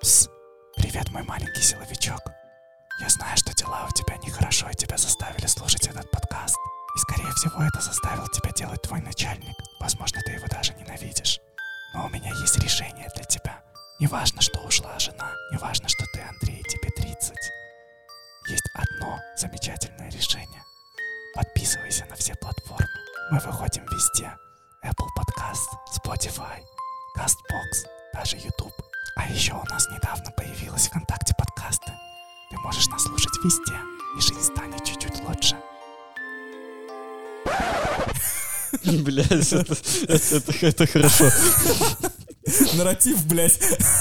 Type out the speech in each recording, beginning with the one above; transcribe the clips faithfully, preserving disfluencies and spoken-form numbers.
Пс, привет, мой маленький силовичок. Я знаю, что дела у тебя нехорошо, и тебя заставили слушать этот подкаст. И, скорее всего, это заставил тебя делать твой начальник. Возможно, ты его даже ненавидишь. Но у меня есть решение для тебя. Неважно, что ушла жена, неважно, что ты Андрей, тебе тридцать. Есть одно замечательное решение. Подписывайся на все платформы. Мы выходим везде. Apple Podcast, Spotify, CastBox, даже YouTube. А еще у нас недавно появилась ВКонтакте подкасты. Ты можешь нас слушать везде, и жизнь станет чуть-чуть лучше. Блядь, это, это, это, это хорошо. Нарратив, блядь.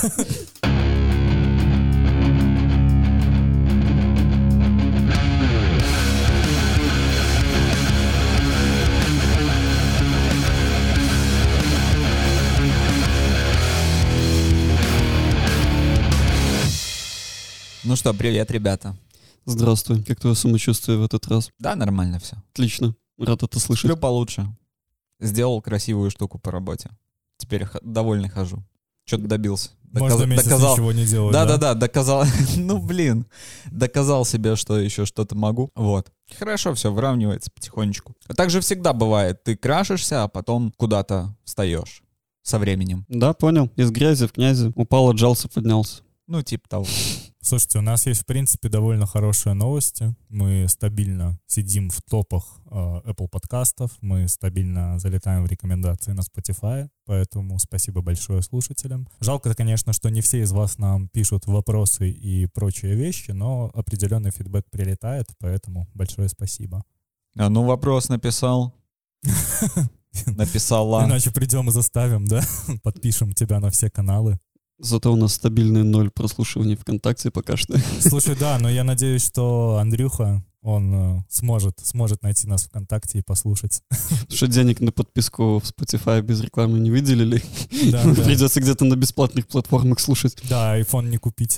Ну что, привет, ребята. Здравствуй, как твое самочувствие в этот раз? Да, нормально все. Отлично, рад это слышать. Сплю получше. Сделал красивую штуку по работе. Теперь х- довольный хожу. Что-то добился. Можно Доказ- месяц доказал... ничего не делать, да? да? Да-да-да, доказал... ну, блин. Доказал себе, что еще что-то могу. Вот. Хорошо, все выравнивается потихонечку. А так же всегда бывает. Ты крашишься, а потом куда-то встаешь со временем. Да, понял. Из грязи в князи. Упал, отжался, поднялся. Ну, типа того. Слушайте, у нас есть, в принципе, довольно хорошие новости. Мы стабильно сидим в топах э, Apple подкастов, мы стабильно залетаем в рекомендации на Spotify, поэтому спасибо большое слушателям. Жалко, конечно, что не все из вас нам пишут вопросы и прочие вещи, но определенный фидбэк прилетает, поэтому большое спасибо. А ну, вопрос написал. Написала. Иначе придем и заставим, да? Подпишем тебя на все каналы. Зато у нас стабильный ноль прослушиваний ВКонтакте пока что. Слушай, да, но я надеюсь, что Андрюха, он э, сможет, сможет найти нас ВКонтакте и послушать. Что денег на подписку в Spotify без рекламы не выделили. Да, да. Придется где-то на бесплатных платформах слушать. Да, iPhone не купить,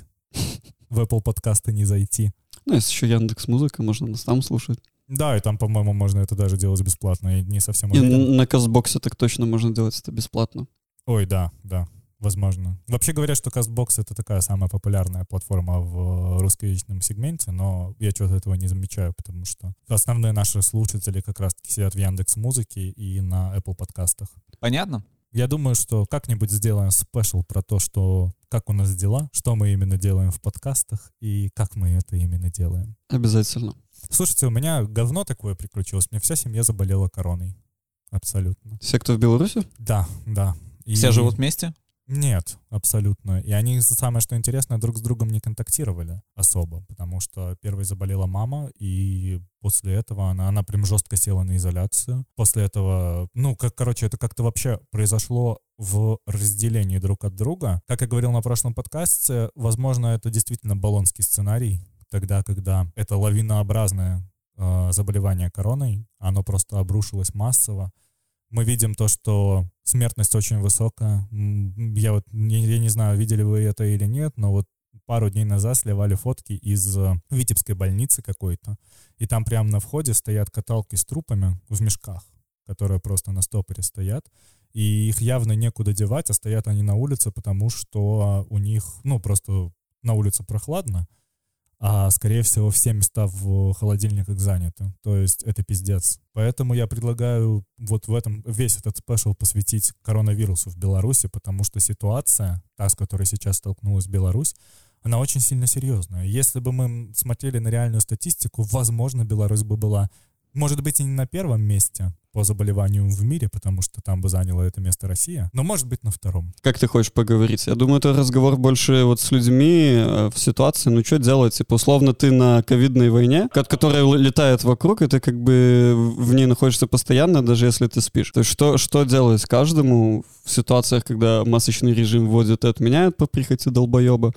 в Apple подкасты не зайти. Ну, есть еще Яндекс.Музыка, можно нас там слушать. Да, и там, по-моему, можно это даже делать бесплатно, я не совсем И уверен. на Кастбоксе так точно можно делать это бесплатно. Ой, да, да. Возможно. Вообще говорят, что CastBox — это такая самая популярная платформа в русскоязычном сегменте, но я что-то этого не замечаю, потому что основные наши слушатели как раз-таки сидят в Яндекс.Музыке и на Apple подкастах. Понятно? Я думаю, что как-нибудь сделаем спешл про то, что как у нас дела, что мы именно делаем в подкастах и как мы это именно делаем. Обязательно. Слушайте, у меня говно такое приключилось. У меня вся семья заболела короной. Абсолютно. Все, кто в Беларуси? Да, да. И... Все живут вместе? Нет, абсолютно. И они, самое что интересно, друг с другом не контактировали особо, потому что первой заболела мама, и после этого она, она прям жестко села на изоляцию. После этого, ну, как, короче, это как-то вообще произошло в разделении друг от друга. Как я говорил на прошлом подкасте, возможно, это действительно болонский сценарий, тогда, когда это лавинообразное э, заболевание короной, оно просто обрушилось массово. Мы видим то, что смертность очень высокая. Я вот не, я не знаю, видели вы это или нет, но вот пару дней назад сливали фотки из Витебской больницы какой-то. И там прямо на входе стоят каталки с трупами в мешках, которые просто на стопоре стоят. И их явно некуда девать, а стоят они на улице, потому что у них, ну, просто на улице прохладно, а, скорее всего, все места в холодильниках заняты. То есть это пиздец. Поэтому я предлагаю вот в этом весь этот спешл посвятить коронавирусу в Беларуси, потому что ситуация, та, с которой сейчас столкнулась Беларусь, она очень сильно серьезная. Если бы мы смотрели на реальную статистику, возможно, Беларусь бы была, может быть, и не на первом месте по заболеваниям в мире, потому что там бы заняла это место Россия, но, может быть, на втором. Как ты хочешь поговорить? Я думаю, это разговор больше вот с людьми э, в ситуации, ну что делать? Типа, условно, ты на ковидной войне, которая летает вокруг, и ты как бы в ней находишься постоянно, даже если ты спишь. То есть что, что делать каждому в ситуациях, когда масочный режим вводят и отменяют по прихоти долбоеба?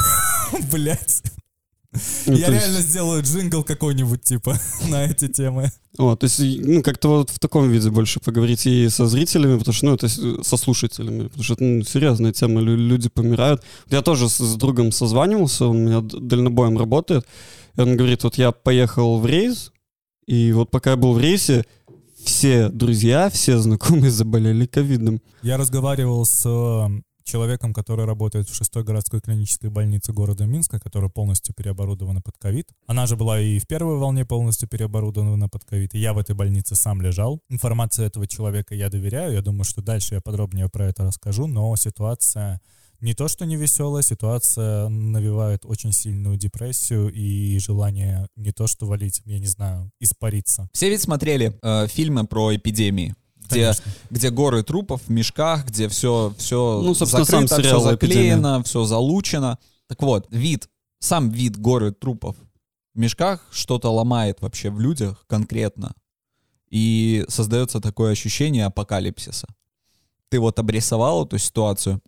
Блять. Ну, Я есть... реально сделаю джингл какой-нибудь, типа, на эти темы. О, то есть, ну, как-то вот в таком виде больше поговорить и со зрителями, потому что, ну, это со слушателями, потому что это, ну, серьезная тема, люди помирают. Я тоже с, с другом созванивался, он у меня дальнобоем работает, и он говорит, вот я поехал в рейс, и вот пока я был в рейсе, все друзья, все знакомые заболели ковидом. Я разговаривал с человеком, который работает в шестой городской клинической больнице города Минска, которая полностью переоборудована под ковид. Она же была и в первой волне полностью переоборудована под ковид, и я в этой больнице сам лежал. Информацию этого человека я доверяю, я думаю, что дальше я подробнее про это расскажу, но ситуация не то что не веселая, ситуация навевает очень сильную депрессию и желание не то что валить, я не знаю, испариться. Все ведь смотрели э, фильмы про эпидемии. Где, где горы трупов в мешках, где все, все ну, закрыто, все заклеено, все залучено. Так вот, вид, сам вид горы трупов в мешках что-то ломает вообще в людях конкретно. И создается такое ощущение апокалипсиса. Ты вот обрисовал эту ситуацию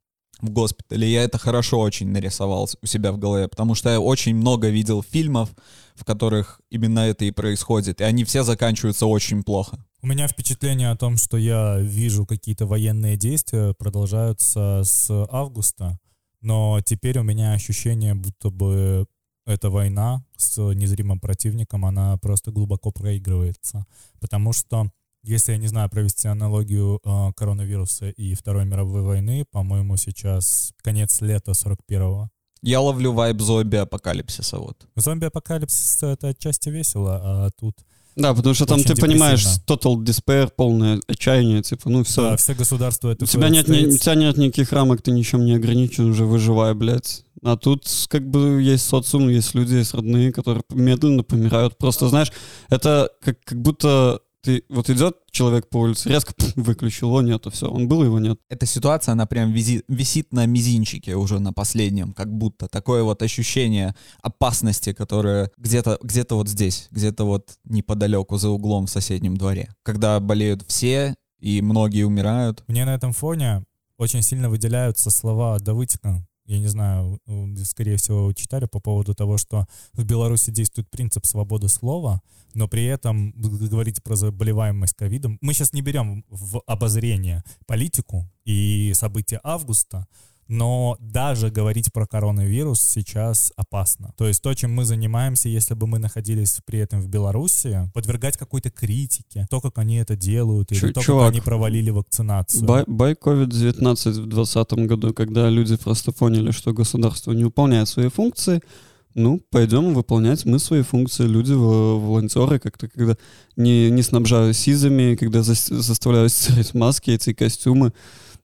в госпитале, я это хорошо очень нарисовал у себя в голове, потому что я очень много видел фильмов, в которых именно это и происходит, и они все заканчиваются очень плохо. У меня впечатление о том, что я вижу какие-то военные действия продолжаются с августа, но теперь у меня ощущение, будто бы эта война с незримым противником, она просто глубоко проигрывается. Потому что, если, я не знаю, провести аналогию э, коронавируса и Второй мировой войны, по-моему, сейчас конец лета сорок первого. Я ловлю вайб зомби-апокалипсиса. Вот. Зомби-апокалипсис — это отчасти весело, а тут... Да, потому что там ты понимаешь, total despair, полное отчаяние, типа, ну все. Да, все государства это... У тебя нет, ни, у тебя нет никаких рамок, ты ничем не ограничен, уже выживай, блядь. А тут как бы есть социум, есть люди, есть родные, которые медленно помирают. Просто, знаешь, это как, как будто ты, вот идет человек по улице, резко выключил, его нету, все, он был, его нет. Эта ситуация, она прям визит, висит на мизинчике уже на последнем, как будто. Такое вот ощущение опасности, которое где-то, где-то вот здесь, где-то вот неподалеку, за углом в соседнем дворе. Когда болеют все, и многие умирают. Мне на этом фоне очень сильно выделяются слова Давыдика. Я не знаю, скорее всего, вы читали по поводу того, что в Беларуси действует принцип свободы слова, но при этом говорить про заболеваемость ковидом. Мы сейчас не берем в обозрение политику и события августа, но даже говорить про коронавирус сейчас опасно. То есть то, чем мы занимаемся, если бы мы находились при этом в Беларуси, подвергать какой-то критике, то, как они это делают, или Ч- то, чувак, как они провалили вакцинацию. Бай, бай ковид девятнадцать в двадцатом году, когда люди просто поняли, что государство не выполняет свои функции, ну, пойдем выполнять мы свои функции. Люди, волонтеры, как-то, когда не, не снабжают сизами, когда за, заставляют стирать маски, эти костюмы,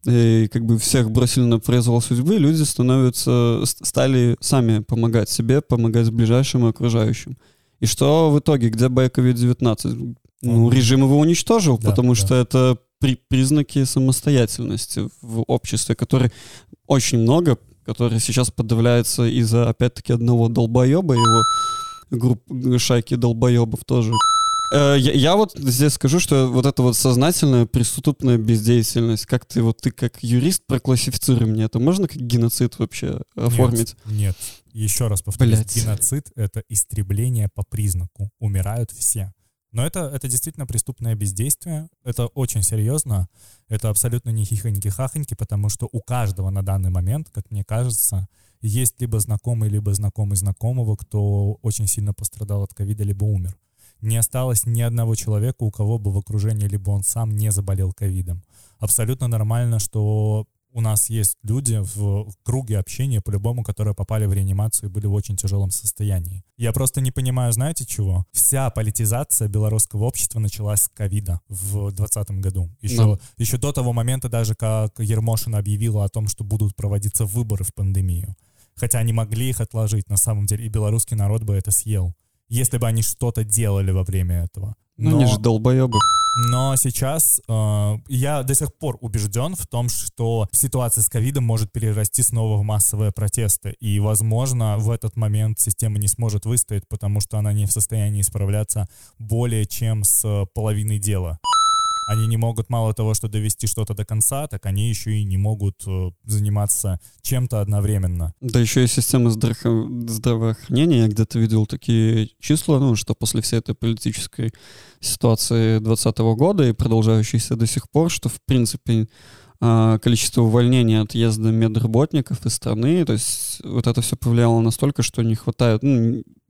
и как бы всех бросили на произвол судьбы, люди становятся, стали сами помогать себе, помогать ближайшим и окружающим. И что в итоге, где бай ковид девятнадцать? Ну, режим его уничтожил, да, потому да. что это при, признаки самостоятельности в обществе, которые очень много, которые сейчас подавляются из-за, опять-таки, одного долбоеба, его групп, шайки долбоебов тоже. Я, я вот здесь скажу, что вот эта вот сознательная преступная бездеятельность, как ты вот ты как юрист проклассифицируй мне, это можно как геноцид вообще оформить? Нет, нет. Еще раз повторюсь, Блять. Геноцид — это истребление по признаку. Умирают все. Но это, это действительно преступное бездействие. Это очень серьезно. Это абсолютно не хихоньки-хахоньки, потому что у каждого на данный момент, как мне кажется, есть либо знакомый, либо знакомый знакомого, кто очень сильно пострадал от ковида, либо умер. Не осталось ни одного человека, у кого бы в окружении, либо он сам не заболел ковидом. Абсолютно нормально, что у нас есть люди в круге общения, по-любому, которые попали в реанимацию и были в очень тяжелом состоянии. Я просто не понимаю, знаете чего? Вся политизация белорусского общества началась с ковида в двадцатом году. Еще, да. еще до того момента, даже как Ермошина объявила о том, что будут проводиться выборы в пандемию. Хотя они могли их отложить, на самом деле, и белорусский народ бы это съел, если бы они что-то делали во время этого. Но, ну, они же долбоебы. Но сейчас э, я до сих пор убежден в том, что ситуация с ковидом может перерасти снова в массовые протесты. И, возможно, в этот момент система не сможет выстоять, потому что она не в состоянии справляться более чем с половиной дела. Они не могут мало того, что довести что-то до конца, так они еще и не могут э, заниматься чем-то одновременно. Да еще и система здраво- здравоохранения. Я где-то видел такие числа, ну, что после всей этой политической ситуации двадцатого года и продолжающейся до сих пор, что, в принципе, э, количество увольнений, отъезда медработников из страны, то есть вот это все повлияло настолько, что не хватает... Ну,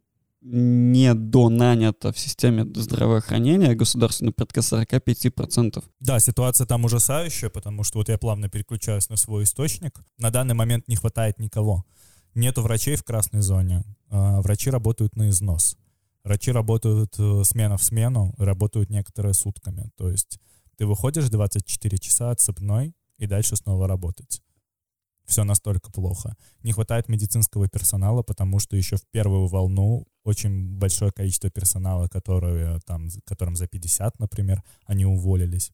не донанято в системе здравоохранения государственной порядка сорок пять процентов. Да, ситуация там ужасающая, потому что вот я плавно переключаюсь на свой источник. На данный момент не хватает никого. Нету врачей в красной зоне. А врачи работают на износ. Врачи работают смена в смену, работают некоторые сутками. То есть ты выходишь двадцать четыре часа отцепной и дальше снова работать. Все настолько плохо. Не хватает медицинского персонала, потому что еще в первую волну очень большое количество персонала, которые, там, которым за пятьдесят, например, они уволились.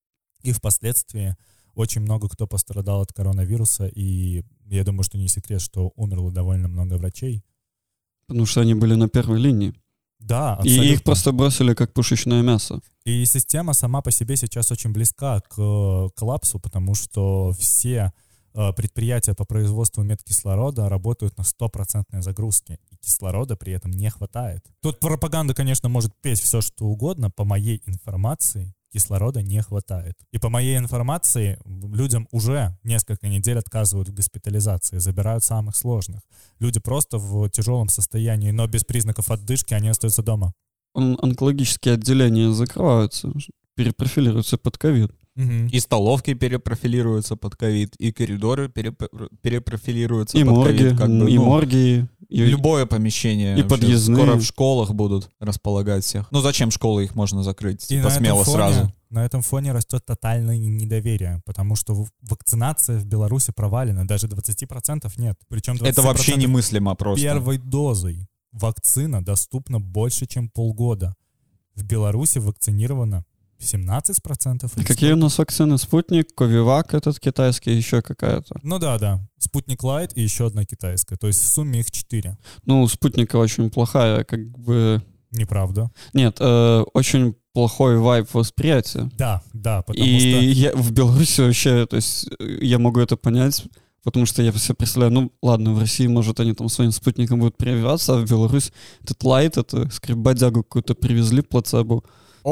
И впоследствии очень много кто пострадал от коронавируса, и я думаю, что не секрет, что умерло довольно много врачей. Потому что они были на первой линии. Да, абсолютно. И их просто бросили как пушечное мясо. И система сама по себе сейчас очень близка к коллапсу, потому что все предприятия по производству медкислорода работают на стопроцентной загрузке, и кислорода при этом не хватает. Тут пропаганда, конечно, может петь все, что угодно. По моей информации, кислорода не хватает. И по моей информации, людям уже несколько недель отказывают в госпитализации, забирают самых сложных. Люди просто в тяжелом состоянии, но без признаков отдышки, они остаются дома. Он, онкологические отделения закрываются, перепрофилируются под ковид. Угу. И столовки перепрофилируются под ковид, и коридоры переп- перепрофилируются и под морги, ковид. Как бы, и ну, морги, и любое помещение. и вообще. подъездные. Скоро в школах будут располагать всех. Ну зачем школы, их можно закрыть? И Типа на смело этом фоне, сразу. На этом фоне растет тотальное недоверие, потому что вакцинация в Беларуси провалена, даже двадцать процентов нет. Причем Это вообще немыслимо просто. Первой дозой вакцина доступна больше, чем полгода. В Беларуси вакцинировано семнадцать процентов. И какие у нас вакцины? Спутник, Ковивак этот китайский, еще какая-то. Ну да, да. Спутник Лайт и еще одна китайская. То есть в сумме их четыре. Ну, у Спутника очень плохая, как бы... Неправда. Нет, э, очень плохой вайб восприятия. Да, да, потому И что... я в Беларуси вообще, то есть я могу это понять, потому что я себе представляю, ну ладно, в России, может, они там своим спутником будут прививаться, а в Беларусь этот лайт, это скрипбадягу какую-то привезли, плацебо.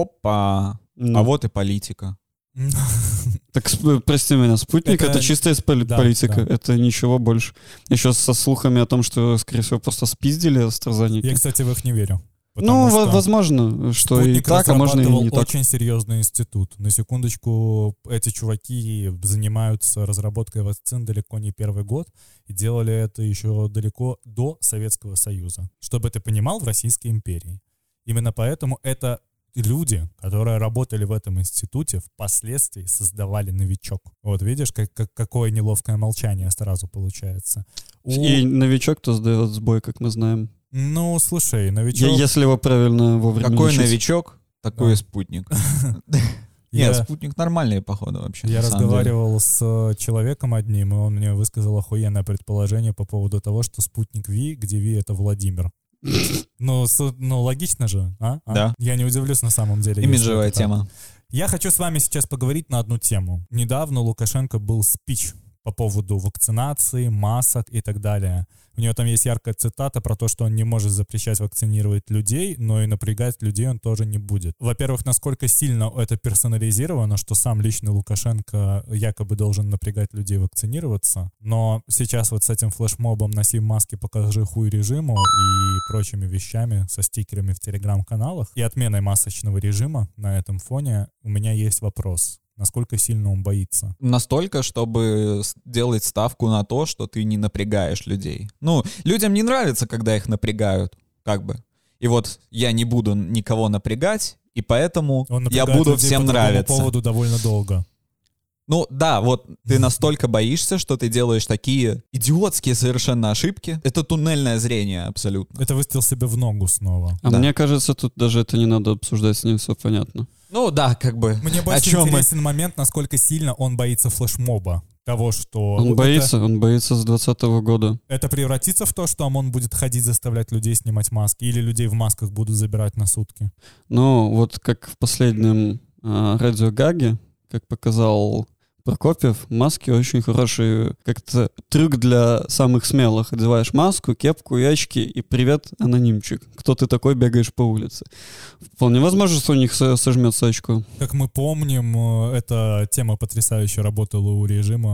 Опа. Ну. А вот и политика. Так, прости меня, спутник — это, Это- чистая поли- да, политика, да. это ничего больше. Еще со слухами о том, что, скорее всего, просто спиздили AstraZeneca. Я, кстати, в их не верю. Ну, Потому во- что возможно, что и Спутник так, а можно и разрабатывал не так. очень серьезный институт. На секундочку, эти чуваки занимаются разработкой вакцин далеко не первый год и делали это еще далеко до Советского Союза. Чтобы ты понимал, в Российской империи. Именно поэтому это люди, которые работали в этом институте, впоследствии создавали «Новичок». Вот видишь, как, как- какое неловкое молчание сразу получается. У- И новичок-то сдает сбой, как мы знаем. Ну, слушай, Е- «Новичок». Если его правильно вовремя Какой лечить. новичок, такой и Да. спутник. Я- Нет, спутник нормальный, походу, вообще. Я на самом деле. разговаривал с человеком одним, и он мне высказал охуенное предположение по поводу того, что спутник Ви, где Ви — это Владимир. Ну, с- ну, логично же, а? А? Да. Я не удивлюсь на самом деле. если Имиджевая это так. тема. Я хочу с вами сейчас поговорить на одну тему. Недавно у Лукашенко был спич по поводу вакцинации, масок и так далее. У него там есть яркая цитата про то, что он не может запрещать вакцинировать людей, но и напрягать людей он тоже не будет. Во-первых, насколько сильно это персонализировано, что сам лично Лукашенко якобы должен напрягать людей вакцинироваться. Но сейчас вот с этим флешмобом «Носи маски, покажи хуй режиму» и прочими вещами со стикерами в телеграм-каналах и отменой масочного режима на этом фоне у меня есть вопрос. Насколько сильно он боится? Настолько, чтобы с- делать ставку на то, что ты не напрягаешь людей. Ну, людям не нравится, когда их напрягают, как бы. И вот я не буду никого напрягать, и поэтому Он я напрягает буду людей всем по другому нравиться. поводу довольно долго. Ну да, вот ты настолько боишься, что ты делаешь такие идиотские совершенно ошибки. Это туннельное зрение абсолютно. Это выстрел себе в ногу снова. А Да. мне кажется, тут даже это не надо обсуждать, с ним все понятно. Ну да, как бы. Мне О больше чем мы? интересен момент, насколько сильно он боится флешмоба. Того, что... Он это- боится, он боится с двадцатого года. Это превратится в то, что ОМОН будет ходить, заставлять людей снимать маски, или людей в масках будут забирать на сутки. Ну, вот как в последнем а, радиогаге, как показал Прокопьев, маски очень хороший как-то трюк для самых смелых. Одеваешь маску, кепку и очки, и привет, анонимчик. Кто ты такой, бегаешь по улице. Вполне возможно, что у них со- сожмется очко. Как мы помним, э, эта тема потрясающе работала у режима,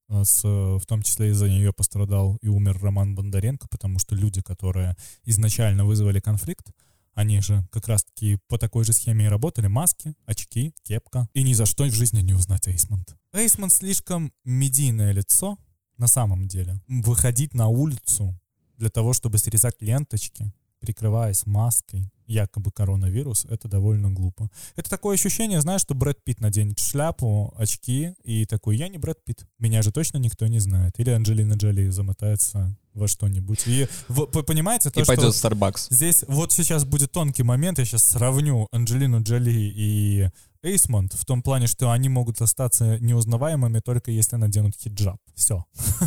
С, в том числе из-за нее пострадал и умер Роман Бондаренко, потому что люди, которые изначально вызвали конфликт, они же как раз-таки по такой же схеме и работали. Маски, очки, кепка. И ни за что в жизни не узнать Эйсмонт. Эйсмонт слишком медийное лицо на самом деле. Выходить на улицу для того, чтобы срезать ленточки, прикрываясь маской, якобы коронавирус, это довольно глупо. Это такое ощущение, знаешь, что Брэд Питт наденет шляпу, очки и такой: я не Брэд Питт, меня же точно никто не знает. Или Анджелина Джоли замотается во что-нибудь. И вы понимаете, то, и пойдет что в Starbucks. Здесь вот сейчас будет тонкий момент, я сейчас сравню Анджелину Джоли и Эйсмонт в том плане, что они могут остаться неузнаваемыми только если наденут хиджаб. Все.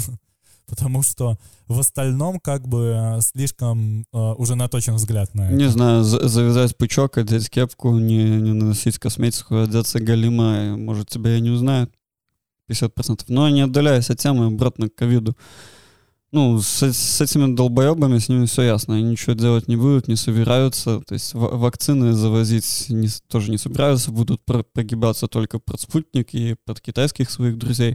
Потому что в остальном как бы слишком э, уже наточен взгляд на это. Не знаю, за- завязать пучок, одеть кепку, не, не наносить косметику, одеться галима, может, тебя и не узнают пятьдесят процентов. Но не отдаляясь от темы, обратно к ковиду. Ну, с, с этими долбоебами, с ними все ясно. Они ничего делать не будут, не собираются. То есть в- вакцины завозить не, тоже не собираются, будут про- прогибаться только под спутник и под китайских своих друзей.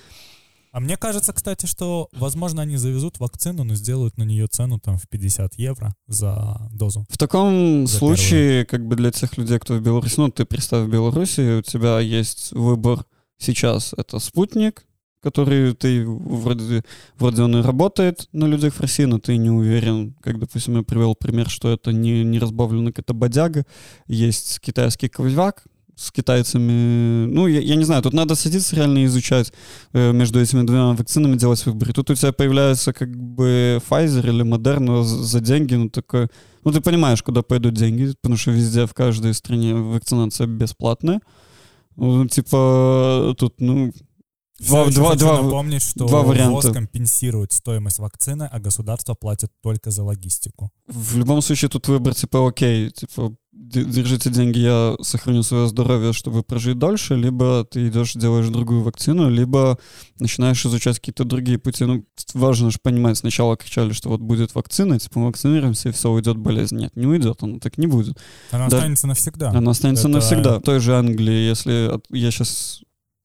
А мне кажется, кстати, что, возможно, они завезут вакцину, но сделают на нее цену там в пятьдесят евро за дозу. В таком За случае, как бы для тех людей, кто в Беларуси, ну, ты представь, в Беларуси у тебя есть выбор сейчас. Это спутник, который ты вроде, вроде он и работает на людях в России, но ты не уверен, как, допустим, я привел пример, что это не, не разбавленный какая-то бодяга. Есть китайский ковяк с китайцами. Ну, я, я не знаю, тут надо садиться реально и изучать э, между этими двумя вакцинами, делать выбор. И тут у тебя появляется как бы Pfizer или Moderna за, за деньги, ну, такой... Ну, ты понимаешь, куда пойдут деньги, потому что везде, в каждой стране вакцинация бесплатная. Ну, типа, тут, ну... Два, два, хочу два, напомнить, что два варианта. ВОЗ компенсирует стоимость вакцины, а государство платит только за логистику. В любом случае тут выбор типа окей, типа держите деньги, я сохраню свое здоровье, чтобы прожить дольше, либо ты идешь, делаешь другую вакцину, либо начинаешь изучать какие-то другие пути. Ну, важно же понимать, сначала кричали, что вот будет вакцина, типа мы вакцинируемся, и все, уйдет болезнь. Нет, не уйдет, она так не будет. Она Да. останется навсегда. Она останется Это- навсегда. В той же Англии, если от- я сейчас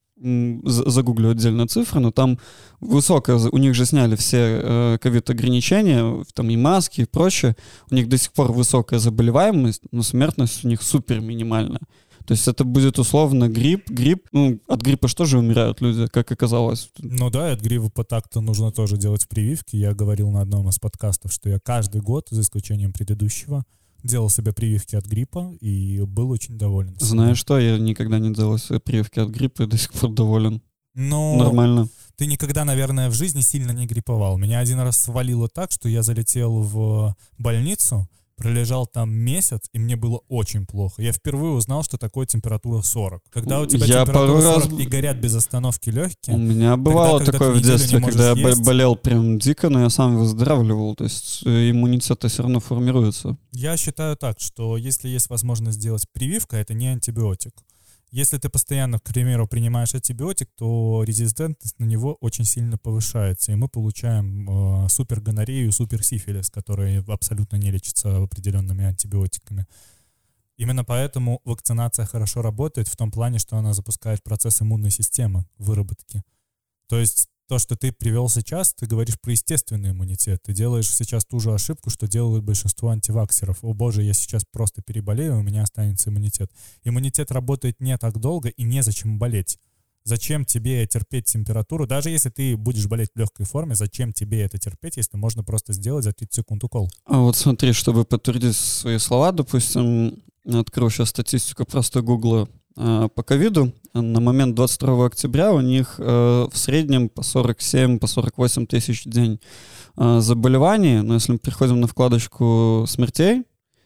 загуглю отдельно цифры, но там высокая, у них же сняли все э, ковид-ограничения, там и маски и прочее, у них до сих пор высокая заболеваемость, но смертность у них супер минимальная. То есть это будет условно грипп, грипп, ну, от гриппа что же умирают люди, как оказалось. Ну да, и от гриппа так-то нужно тоже делать прививки. Я говорил на одном из подкастов, что я каждый год, за исключением предыдущего, делал себе прививки от гриппа и был очень доволен. Знаешь что, я никогда не делал себе прививки от гриппа и до сих пор доволен. Но Нормально. ты никогда, наверное, в жизни сильно не грипповал. Меня один раз свалило так, что я залетел в больницу, пролежал там месяц, и мне было очень плохо. Я впервые узнал, что такое температура сорок. Когда у тебя Я температура пару сорок раз- и горят без остановки легкие, У меня бывало когда такое ты в неделю детстве, не когда я можешь бо- есть. болел прям дико, но я сам выздоравливал. То есть э, иммунитет все равно формируется. я считаю так, что если есть возможность сделать прививка, это не антибиотик. Если ты постоянно, к примеру, принимаешь антибиотик, то резистентность на него очень сильно повышается, и мы получаем э, супергонорею, суперсифилис, которые абсолютно не лечатся определенными антибиотиками. Именно поэтому вакцинация хорошо работает в том плане, что она запускает процесс иммунной системы выработки. То есть то, что ты привел сейчас, ты говоришь про естественный иммунитет. Ты делаешь сейчас ту же ошибку, что делают большинство антиваксеров. О боже, я сейчас просто переболею, у меня останется иммунитет. Иммунитет работает не так долго, и незачем болеть. Зачем тебе терпеть температуру? Даже если ты будешь болеть в легкой форме, зачем тебе это терпеть, если можно просто сделать за тридцать секунд укол? А вот смотри, чтобы подтвердить свои слова, допустим, открою сейчас статистику просто Гугла э, по ковиду. На момент двадцать второго октября у них э, в среднем по сорок семь, по сорок восемь тысяч в день э, заболеваний. Но если мы переходим на вкладочку смертей,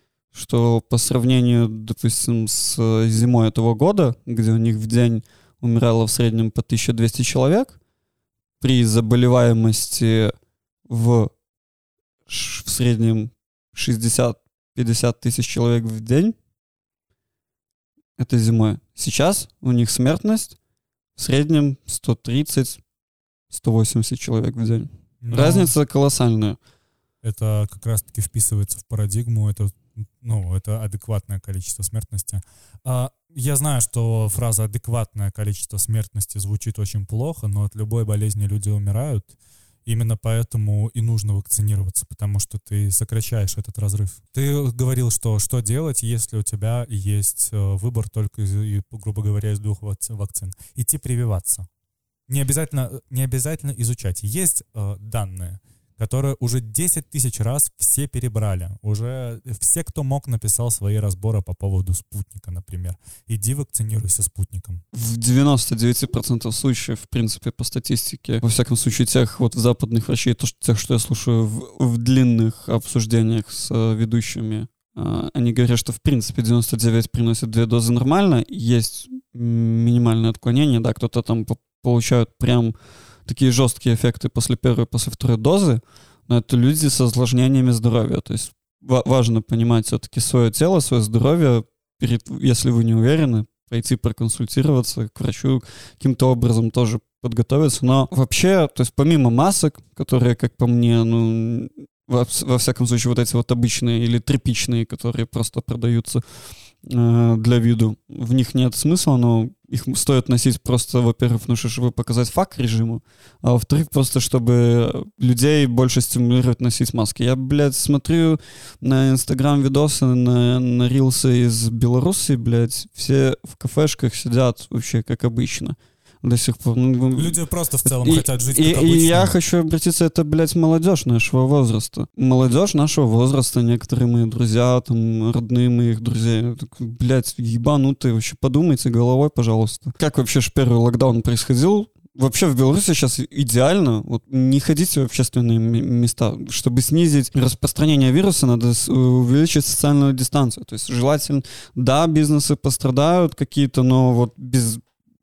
что по сравнению, допустим, с зимой этого года, где у них в день умирало в среднем по тысяча двести человек, при заболеваемости в, в среднем шестьдесят-пятьдесят тысяч человек в день, это зимой. Сейчас у них смертность в среднем сто тридцать - сто восемьдесят человек в день. Но Разница колоссальная. Это как раз-таки вписывается в парадигму, это, ну, это адекватное количество смертности. А, я знаю, что фраза «адекватное количество смертности» звучит очень плохо, но от любой болезни люди умирают. Именно поэтому и нужно вакцинироваться, потому что ты сокращаешь этот разрыв. Ты говорил, что что делать, если у тебя есть выбор только, из, грубо говоря, из двух вакцин. Идти прививаться. Не обязательно, не обязательно изучать. Есть э, данные, которые уже десять тысяч раз все перебрали. Уже все, кто мог, написал свои разборы по поводу спутника, например. Иди вакцинируйся спутником. В девяносто девять процентов случаев, в принципе, по статистике, во всяком случае, тех вот западных врачей, то, что, тех, что я слушаю в, в длинных обсуждениях с э, ведущими, э, они говорят, что, в принципе, девяносто девять приносят две дозы нормально. Есть минимальное отклонение, да, кто-то там получают прям такие жесткие эффекты после первой, после второй дозы, но это люди с осложнениями здоровья. То есть ва- важно понимать все-таки свое тело, свое здоровье, перед, если вы не уверены, пойти проконсультироваться к врачу, каким-то образом тоже подготовиться. Но вообще, то есть помимо масок, которые, как по мне, ну, во, во всяком случае, вот эти вот обычные или тряпичные, которые просто продаются э, для виду, в них нет смысла, но их стоит носить просто, во-первых, ну, чтобы показать факт режиму, а во-вторых, просто чтобы людей больше стимулировать носить маски. Я, блядь, смотрю на Инстаграм видосы, на, на рилсы из Беларуси, блядь, все в кафешках сидят вообще как обычно. До сих пор. Люди просто в целом и, хотят жить и, как обычно. И я хочу обратиться, это, блядь, молодежь нашего возраста. Молодежь нашего возраста, некоторые мои друзья, там, родные моих друзей. Так, блядь, ебанутые, вообще подумайте головой, пожалуйста. Как вообще ж первый локдаун происходил? Вообще в Беларуси сейчас идеально вот, не ходите в общественные места. Чтобы снизить распространение вируса, надо увеличить социальную дистанцию. То есть желательно, да, бизнесы пострадают какие-то, но вот без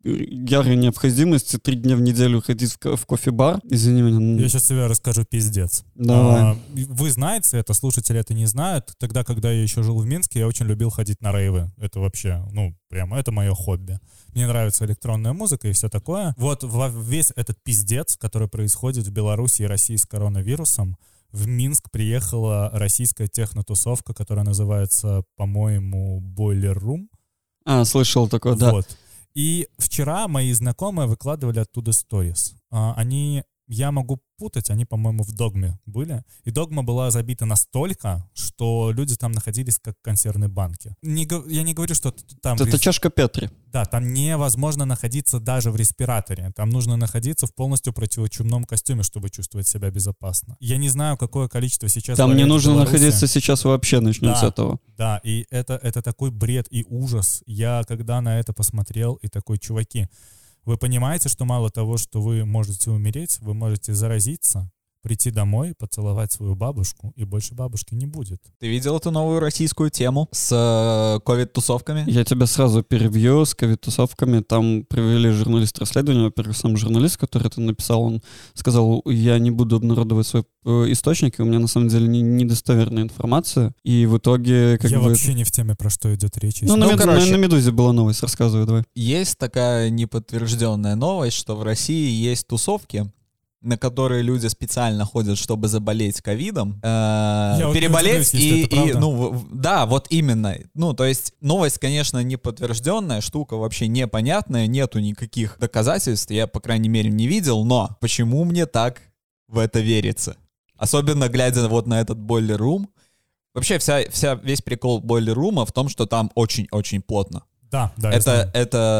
ярой необходимости три дня в неделю ходить в, в кофе-бар. Извини меня. Я сейчас тебе расскажу пиздец. Давай. А, вы знаете это, слушатели это не знают. Тогда, когда я еще жил в Минске, я очень любил ходить на рейвы. Это вообще, ну, прямо, это мое хобби. Мне нравится электронная музыка и все такое. Вот весь этот пиздец, который происходит в Беларуси и России с коронавирусом, в Минск приехала российская технотусовка, которая называется, по-моему, Boiler Room. А, слышал такое, да. Вот. И вчера мои знакомые выкладывали оттуда сторис. Они, я могу путать, они, по-моему, в Догме были. И Догма была забита настолько, что люди там находились как консервные банки. Не, я не говорю, что там... Это рес... чашка Петри. Да, там невозможно находиться даже в респираторе. Там нужно находиться в полностью противочумном костюме, чтобы чувствовать себя безопасно. Я не знаю, какое количество сейчас... Там не нужно находиться сейчас вообще, начнем да, с этого. Да, и это, это такой бред и ужас. Я когда на это посмотрел, и такой, чуваки, вы понимаете, что мало того, что вы можете умереть, вы можете заразиться, прийти домой, поцеловать свою бабушку, и больше бабушки не будет. Ты видел эту новую российскую тему с э, ковид-тусовками? Я тебя сразу перебью с ковид-тусовками. Там провели журналист расследование. Во-первых, сам журналист, который это написал, он сказал, я не буду обнародовать свой источник, и у меня на самом деле не, недостоверная информация. И в итоге... Как я бы... вообще не в теме, про что идет речь. Ну, ну на, Мед... короче, на, на «Медузе» была новость, рассказывай, давай. Есть такая неподтвержденная новость, что в России есть тусовки, на которые люди специально ходят, чтобы заболеть ковидом, э, переболеть вот и, и ну да, вот именно. Ну то есть новость, конечно, неподтвержденная, штука вообще непонятная, нету никаких доказательств, я по крайней мере не видел, но почему мне так в это верится? Особенно глядя вот на этот Boiler Room. Вообще вся, вся весь прикол Boiler Room в том, что там очень-очень плотно. Да, да. Это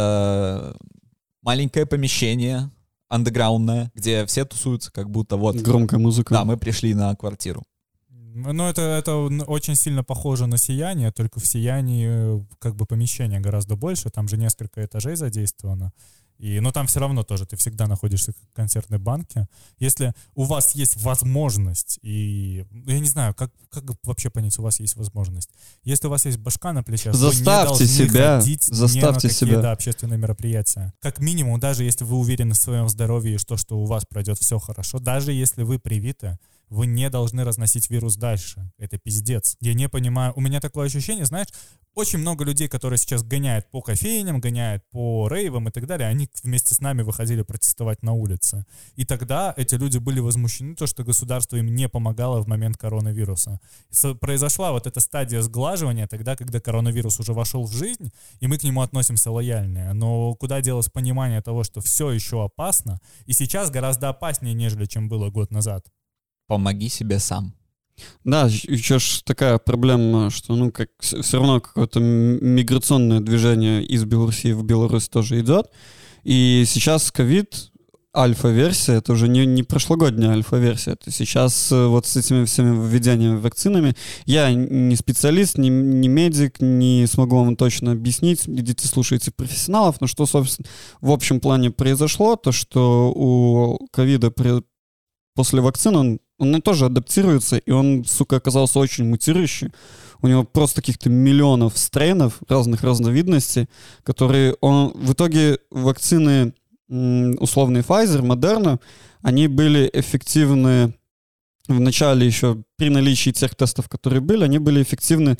это маленькое помещение андеграундная, где все тусуются, как будто вот... Громкая музыка. Да, мы пришли на квартиру. Ну, это, это очень сильно похоже на «Сияние», только в «Сиянии» как бы помещение гораздо больше, там же несколько этажей задействовано. И, но там все равно тоже ты всегда находишься в концертной банке. Если у вас есть возможность, и я не знаю, как, как вообще понять, у вас есть возможность. Если у вас есть башка на плечах, заставьте вы не себя, ходить заставьте ни на какие себя. Да, общественные мероприятия. Как минимум, даже если вы уверены в своем здоровье и что, что у вас пройдет все хорошо, даже если вы привиты, вы не должны разносить вирус дальше. Это пиздец. Я не понимаю. У меня такое ощущение, знаешь, очень много людей, которые сейчас гоняют по кофейням, гоняют по рейвам и так далее, они вместе с нами выходили протестовать на улице. И тогда эти люди были возмущены, то, что государство им не помогало в момент коронавируса. Произошла вот эта стадия сглаживания тогда, когда коронавирус уже вошел в жизнь, и мы к нему относимся лояльнее. Но куда делось понимание того, что все еще опасно, и сейчас гораздо опаснее, нежели чем было год назад. Помоги себе сам. Да, еще ж такая проблема, что, ну, как все равно какое-то миграционное движение из Беларуси в Беларусь тоже идет. И сейчас ковид, альфа-версия, это уже не, не прошлогодняя альфа-версия. Это сейчас вот с этими всеми введениями вакцинами. Я не специалист, не, не медик, не смогу вам точно объяснить. Идите слушайте профессионалов. Но что, собственно, в общем плане произошло, то, что у ковида при, после вакцины он Он тоже адаптируется, и он, сука, оказался очень мутирующий. У него просто каких-то миллионов стрейнов разных разновидностей, которые он... В итоге вакцины условные Pfizer, Moderna, они были эффективны в начале еще при наличии тех тестов, которые были, они были эффективны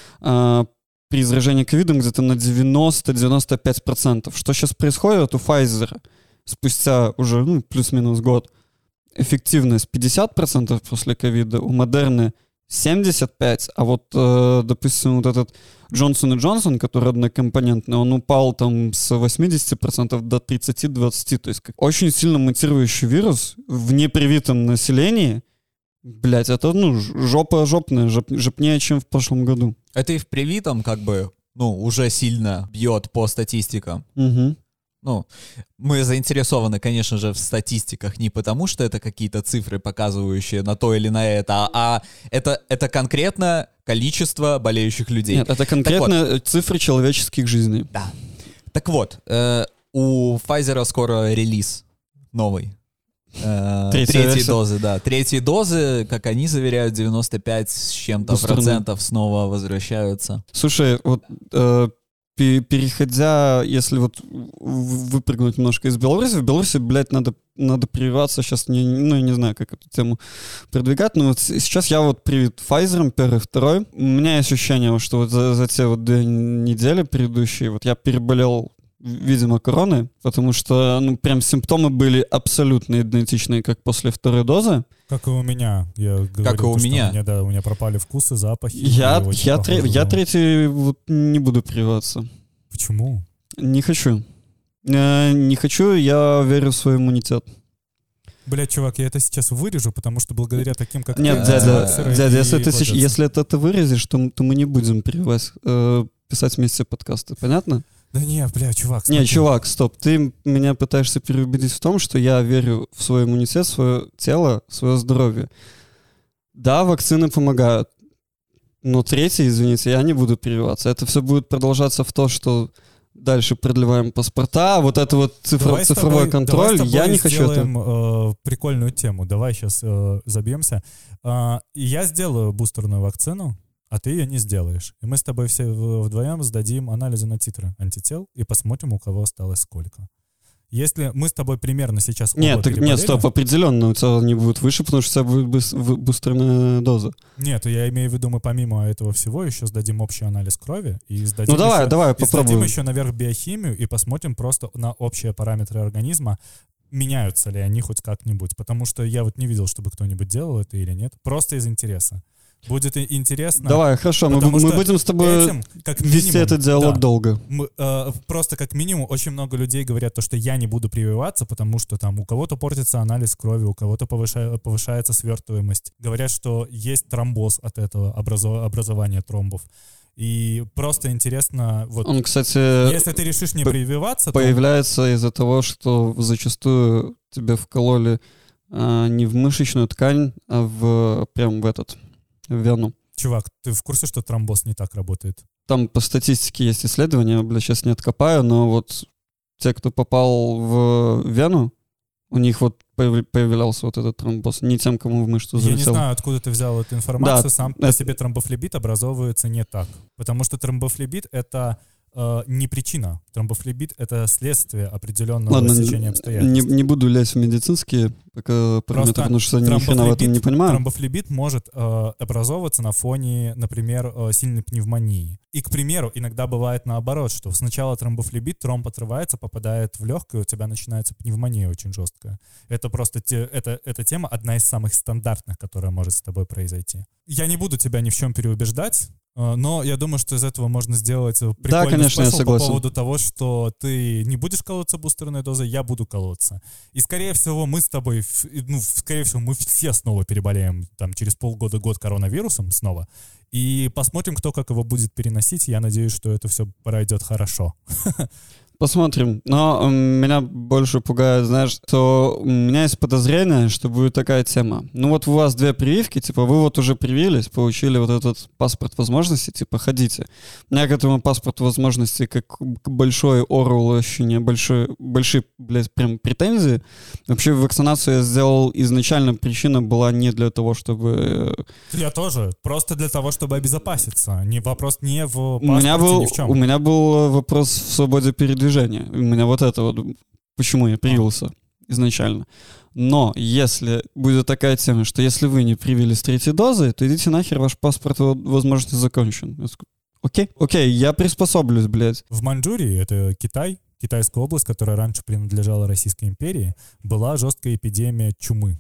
э, при заражении ковидом где-то на девяносто-девяносто пять процентов. Что сейчас происходит у Pfizer спустя уже ну, плюс-минус год? Эффективность пятьдесят процентов после ковида, у Модерны семьдесят пять процентов, а вот, э, допустим, вот этот Джонсон и Джонсон, который однокомпонентный, он упал там с восемьдесят процентов до тридцать-двадцать процентов. То есть как очень сильно мутирующий вирус в непривитом населении. Блять, это, ну, жопа жопная, жоп, жопнее, чем в прошлом году. Это и в привитом, как бы, ну, уже сильно бьет по статистикам. Угу. Ну, мы заинтересованы, конечно же, в статистиках не потому, что это какие-то цифры, показывающие на то или на это, а это, это конкретно количество болеющих людей. Нет, это конкретно вот, цифры человеческих жизней. Да. Так вот, э, у Pfizer скоро релиз новый. Э, третьей дозы, да. Третьей дозы, как они заверяют, девяносто пять с чем-то Бустерный. процентов снова возвращаются. Слушай, вот... Э, переходя, если вот выпрыгнуть немножко из Беларуси, в Беларуси, блядь, надо, надо прививаться, сейчас, не, ну, я не знаю, как эту тему продвигать, но вот сейчас я вот привит Pfizer, первый, второй. У меня есть ощущение, что вот за, за те вот две недели предыдущие, вот я переболел, видимо, короной, потому что, ну, прям симптомы были абсолютно идентичные, как после второй дозы. Как и у меня. Я говорил, как и у что меня. У меня, да, у меня пропали вкусы, запахи. Я, я, тре- я третий вот не буду прививаться. Почему? Не хочу. Э, не хочу, я верю в свой иммунитет. Блядь, чувак, я это сейчас вырежу, потому что благодаря таким, как Нет, ты... дядя, дядя если, ты, если это ты вырежешь, то, то мы не будем прививать, э, писать вместе подкасты, понятно? Да не, бля, чувак. Смотри. Не, чувак, стоп. Ты меня пытаешься переубедить в том, что я верю в свой иммунитет, в свое тело, в свое здоровье. Да, вакцины помогают. Но третий, извините, я не буду прививаться. Это все будет продолжаться в то, что дальше продлеваем паспорта, вот это вот цифро- цифровой тобой, контроль. Я не хочу это. Э, прикольную тему. Давай сейчас э, забьемся. Э, я сделаю бустерную вакцину, а ты ее не сделаешь. И мы с тобой все вдвоем сдадим анализы на титры антител и посмотрим, у кого осталось сколько. Если мы с тобой примерно сейчас оба Нет, так, нет, стоп, определенно у тебя не будет выше, потому что у тебя будет бустерная доза. Нет, я имею в виду, мы помимо этого всего еще сдадим общий анализ крови и сдадим, ну, давай, еще, давай, и попробуем. сдадим еще наверх биохимию и посмотрим просто на общие параметры организма, меняются ли они хоть как-нибудь. Потому что я вот не видел, чтобы кто-нибудь делал это или нет. Просто из интереса. Будет интересно. Давай, хорошо, мы, мы будем с тобой этим, как вести минимум, этот диалог да, долго. Мы, э, просто как минимум очень много людей говорят то, что я не буду прививаться, потому что там у кого-то портится анализ крови, у кого-то повышает, повышается свертываемость. Говорят, что есть тромбоз от этого образов, образования тромбов. И просто интересно, вот, он, кстати, если ты решишь не прививаться, появляется то... из-за того, что зачастую тебе вкололи а, не в мышечную ткань, а в прям в этот в вену. Чувак, ты в курсе, что тромбоз не так работает? Там по статистике есть исследования, бля, сейчас не откопаю, но вот те, кто попал в вену, у них вот появлялся вот этот тромбоз, не тем, кому в мышцу залетел. Я не знаю, откуда ты взял эту информацию, да, сам это... по себе тромбофлебит образовывается не так. Потому что тромбофлебит — это э, не причина. Тромбофлебит — это следствие определенного Ладно, стечения обстоятельств. Не, не буду лезть в медицинские пока параметры, потому что ни хрена в этом не понимаю. Тромбофлебит может э, образовываться на фоне, например, э, сильной пневмонии. И, к примеру, иногда бывает наоборот, что сначала тромбофлебит, тромб отрывается, попадает в легкое, у тебя начинается пневмония очень жесткая. Это просто те, это, эта тема одна из самых стандартных, которая может с тобой произойти. Я не буду тебя ни в чем переубеждать, но я думаю, что из этого можно сделать прикольный да, конечно, я спешл по согласен. поводу того, что ты не будешь колоться бустерной дозой, я буду колоться. И, скорее всего, мы с тобой, ну, скорее всего, мы все снова переболеем там через полгода-год коронавирусом снова. И посмотрим, кто как его будет переносить. Я надеюсь, что это все пройдет хорошо. Посмотрим. Но меня больше пугает, знаешь, что у меня есть подозрение, что будет такая тема. Ну вот у вас две прививки, типа вы вот уже привились, получили вот этот паспорт возможностей, типа ходите. У меня к этому паспорту возможностей как к большой Орвеллу ощущение, большой, большие, блядь, прям претензии. Вообще вакцинацию я сделал изначально, причина была не для того, чтобы... Я тоже. Просто для того, чтобы обезопаситься. Не, вопрос не в паспорте, у меня был, ни в чем. У меня был вопрос в свободе передвижения. У меня вот это вот, почему я привился изначально. Но если будет такая тема, что если вы не привились третьей дозой, то идите нахер, ваш паспорт, возможно, закончен. Окей, окей, я приспособлюсь, блядь. В Маньчжурии, это Китай, китайская область, которая раньше принадлежала Российской империи, была жесткая эпидемия чумы.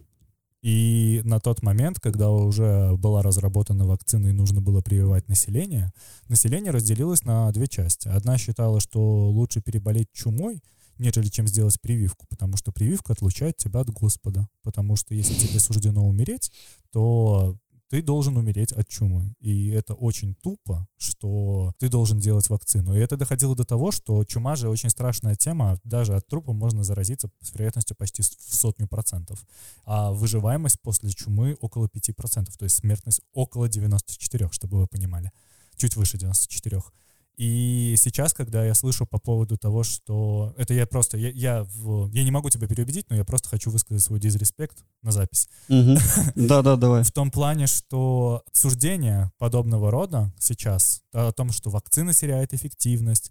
И на тот момент, когда уже была разработана вакцина и нужно было прививать население, население разделилось на две части. Одна считала, что лучше переболеть чумой, нежели чем сделать прививку, потому что прививка отлучает тебя от Господа. Потому что если тебе суждено умереть, то ты должен умереть от чумы. И это очень тупо, что ты должен делать вакцину. И это доходило до того, что чума же очень страшная тема. Даже от трупа можно заразиться с вероятностью почти в сотню процентов. А выживаемость после чумы около пяти процентов. То есть смертность около девяноста четырёх, чтобы вы понимали. Чуть выше девяноста четырёх. И сейчас, когда я слышу по поводу того, что... Это я просто... Я, я, в, я не могу тебя переубедить, но я просто хочу высказать свой дизреспект на запись. Да-да, давай. В том плане, что суждения подобного рода сейчас о том, что вакцина теряет эффективность,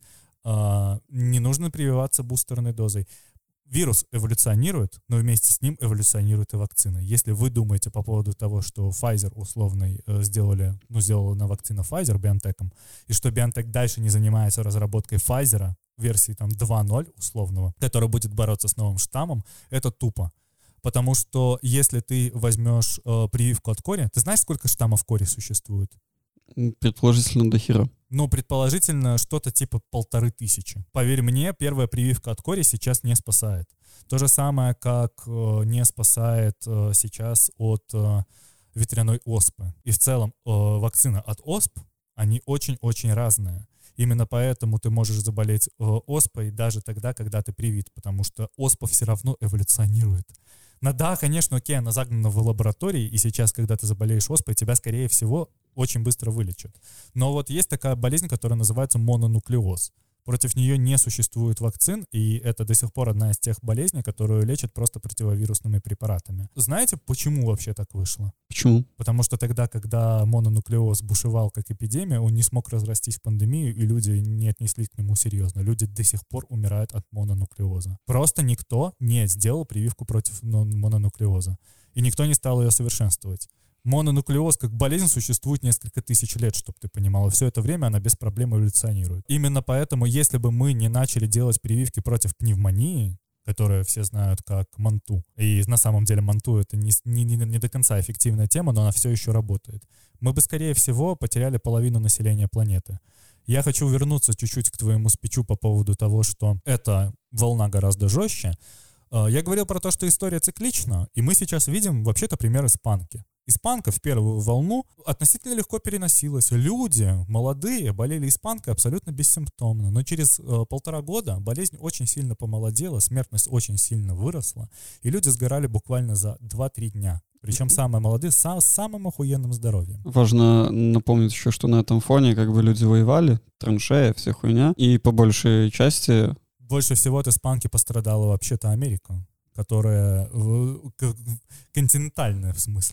не нужно прививаться бустерной дозой. Вирус эволюционирует, но вместе с ним эволюционирует и вакцина. Если вы думаете по поводу того, что Pfizer условно сделали, ну, сделала на вакцину Pfizer BioNTech, и что BioNTech дальше не занимается разработкой Pfizer, версии там два ноль условного, которая будет бороться с новым штаммом, это тупо. Потому что если ты возьмешь э, прививку от кори, ты знаешь, сколько штаммов кори существует? Предположительно, до хера. Ну, предположительно, что-то типа полторы тысячи. Поверь мне, первая прививка от кори сейчас не спасает. То же самое, как э, не спасает э, сейчас от э, ветряной оспы. И в целом э, вакцина от осп, они очень-очень разные. Именно поэтому ты можешь заболеть э, оспой даже тогда, когда ты привит, потому что оспа все равно эволюционирует. Ну да, конечно, окей, она загнана в лаборатории, и сейчас, когда ты заболеешь оспой, тебя, скорее всего, очень быстро вылечат. Но вот есть такая болезнь, которая называется мононуклеоз. Против нее не существует вакцин, и это до сих пор одна из тех болезней, которую лечат просто противовирусными препаратами. Знаете, почему вообще так вышло? Почему? Потому что тогда, когда мононуклеоз бушевал как эпидемия, он не смог разрастись в пандемию, и люди не отнеслись к нему серьезно. Люди до сих пор умирают от мононуклеоза. Просто никто не сделал прививку против мононуклеоза. И никто не стал ее совершенствовать. Мононуклеоз как болезнь существует несколько тысяч лет, чтобы ты понимала. Все это время она без проблем эволюционирует. Именно поэтому, если бы мы не начали делать прививки против пневмонии, которую все знают как манту, и на самом деле манту это не, не, не до конца эффективная тема, но она все еще работает, мы бы, скорее всего, потеряли половину населения планеты. Я хочу вернуться чуть-чуть к твоему спичу по поводу того, что эта волна гораздо жестче. Я говорил про то, что история циклична, и мы сейчас видим вообще-то пример испанки. Испанка в первую волну относительно легко переносилась. Люди молодые болели испанкой абсолютно бессимптомно. Но через э, полтора года болезнь очень сильно помолодела, смертность очень сильно выросла, и люди сгорали буквально за два-три дня. Причем самые молодые с самым охуенным здоровьем. Важно напомнить еще, что на этом фоне как бы люди воевали, траншея, вся хуйня, и по большей части... Больше всего от испанки пострадала вообще-то Америка, которая континентальная в смысле.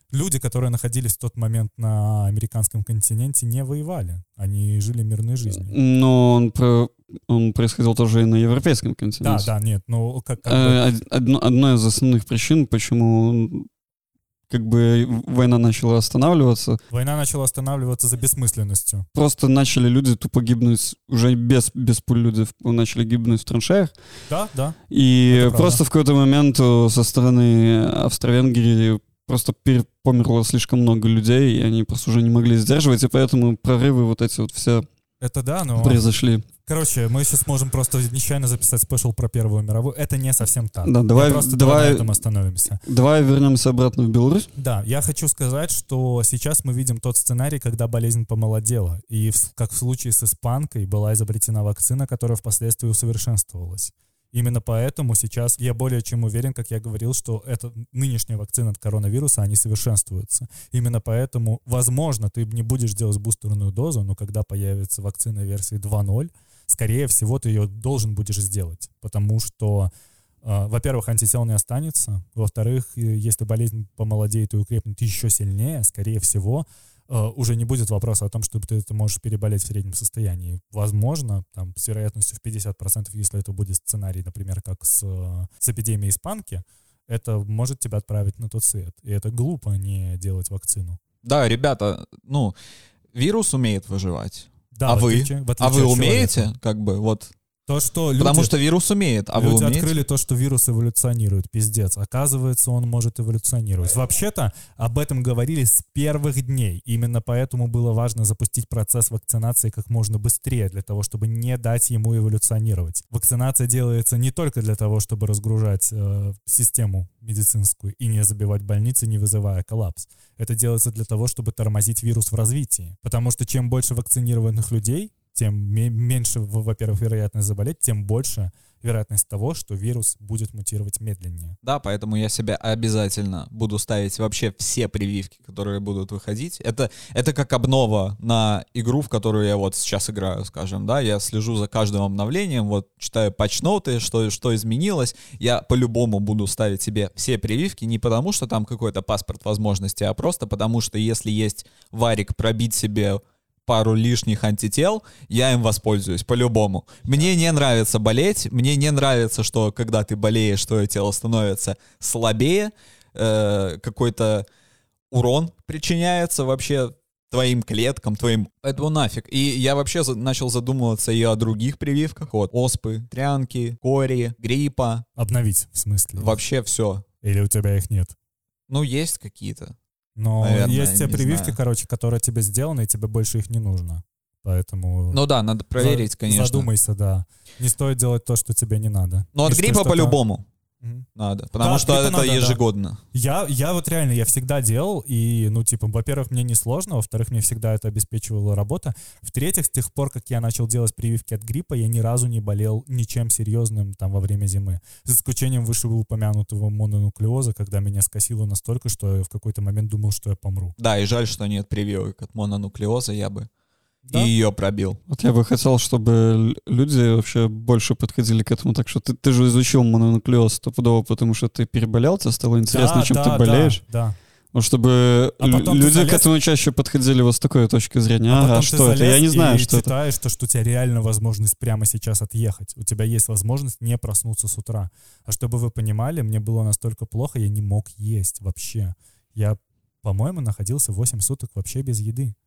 Люди, которые находились в тот момент на американском континенте, не воевали. Они жили мирной жизнью. Но он, про... он происходил тоже и на европейском континенте. Да, да, нет, ну как... как э, бы... одно, одна из основных причин, почему как бы война начала останавливаться. Война начала останавливаться за бессмысленностью. Просто начали люди тупо гибнуть, уже без, без пуль люди начали гибнуть в траншеях. Да, да. И Это просто правда. в какой-то момент со стороны Австро-Венгрии просто пер- померло слишком много людей, и они просто уже не могли сдерживать, и поэтому прорывы вот эти вот все Это да, но... произошли. Короче, мы сейчас можем просто нечаянно записать спешл про Первую мировую. Это не совсем так. Да, давай, Мы просто давай, давай на этом остановимся. Давай вернемся обратно в Беларусь. Да, я хочу сказать, что сейчас мы видим тот сценарий, когда болезнь помолодела. И в- как в случае с испанкой была изобретена вакцина, которая впоследствии усовершенствовалась. Именно поэтому сейчас я более чем уверен, как я говорил, что эта нынешняя вакцина от коронавируса, они совершенствуются. Именно поэтому, возможно, ты не будешь делать бустерную дозу, но когда появится вакцина версии два ноль, скорее всего, ты ее должен будешь сделать. Потому что, э, во-первых, антител не останется. Во-вторых, э, если болезнь помолодеет и укрепнет еще сильнее, скорее всего, Uh, уже не будет вопроса о том, что ты это можешь переболеть в среднем состоянии. Возможно, там, с вероятностью в пятьдесят процентов, если это будет сценарий, например, как с, с эпидемией испанки, это может тебя отправить на тот свет. И это глупо не делать вакцину. Да, ребята, ну, вирус умеет выживать. Да, а в вы? отличие- в А отличие вы от умеете? человека. Как бы, вот. То, что люди, Потому что вирус умеет, а вы люди умеете? открыли то, что вирус эволюционирует. Пиздец. Оказывается, он может эволюционировать. Вообще-то, об этом говорили с первых дней. Именно поэтому было важно запустить процесс вакцинации как можно быстрее, для того, чтобы не дать ему эволюционировать. Вакцинация делается не только для того, чтобы разгружать э, систему медицинскую и не забивать больницы, не вызывая коллапс. Это делается для того, чтобы тормозить вирус в развитии. Потому что чем больше вакцинированных людей, тем ме- меньше, в- во-первых, вероятность заболеть, тем больше вероятность того, что вирус будет мутировать медленнее. Да, поэтому я себя обязательно буду ставить вообще все прививки, которые будут выходить. Это, это как обнова на игру, в которую я вот сейчас играю, скажем, да, я слежу за каждым обновлением, вот читаю патчноуты, что, что изменилось, я по-любому буду ставить себе все прививки, не потому что там какой-то паспорт возможностей, а просто потому что если есть варик пробить себе пару лишних антител, я им воспользуюсь по-любому. Мне не нравится болеть, мне не нравится, что когда ты болеешь, твое тело становится слабее, э, какой-то урон причиняется вообще твоим клеткам, твоим... Поэтому нафиг. И я вообще за- начал задумываться и о других прививках. Вот, оспы, трянки, кори, гриппа. Обновить, в смысле? Вообще все. Или у тебя их нет? Ну, есть какие-то. Но Наверное, есть те не прививки, знаю. короче, которые тебе сделаны, и тебе больше их не нужно. Поэтому... Ну да, надо проверить, за- конечно. Задумайся, да. Не стоит делать то, что тебе не надо. Но от Если гриппа что-то- по-любому Мгм. надо. Потому Да, от что гриппа это надо, да. ежегодно. Я, я вот реально, я всегда делал, и, ну, типа, во-первых, мне не сложно, во-вторых, мне всегда это обеспечивала работа. В-третьих, с тех пор, как я начал делать прививки от гриппа, я ни разу не болел ничем серьезным там во время зимы. За исключением вышеупомянутого мононуклеоза, когда меня скосило настолько, что я в какой-то момент думал, что я помру. Да, и жаль, что нет прививок от мононуклеоза, я бы Да? и ее пробил. Вот я бы хотел, чтобы л- люди вообще больше подходили к этому. Так что ты, ты же изучил мононуклеоз стопудово, потому что ты переболел, тебе стало интересно, Да, чем да, ты болеешь. Да, да. Вот чтобы А лю- потом ты люди залез- к этому чаще подходили вот с такой точки зрения. А Ага, потом ты что это? залез Я не знаю, и что это. читаешь то, что у тебя реально возможность прямо сейчас отъехать. У тебя есть возможность не проснуться с утра. А чтобы вы понимали, мне было настолько плохо, я не мог есть вообще. Я, по-моему, находился восемь суток вообще без еды.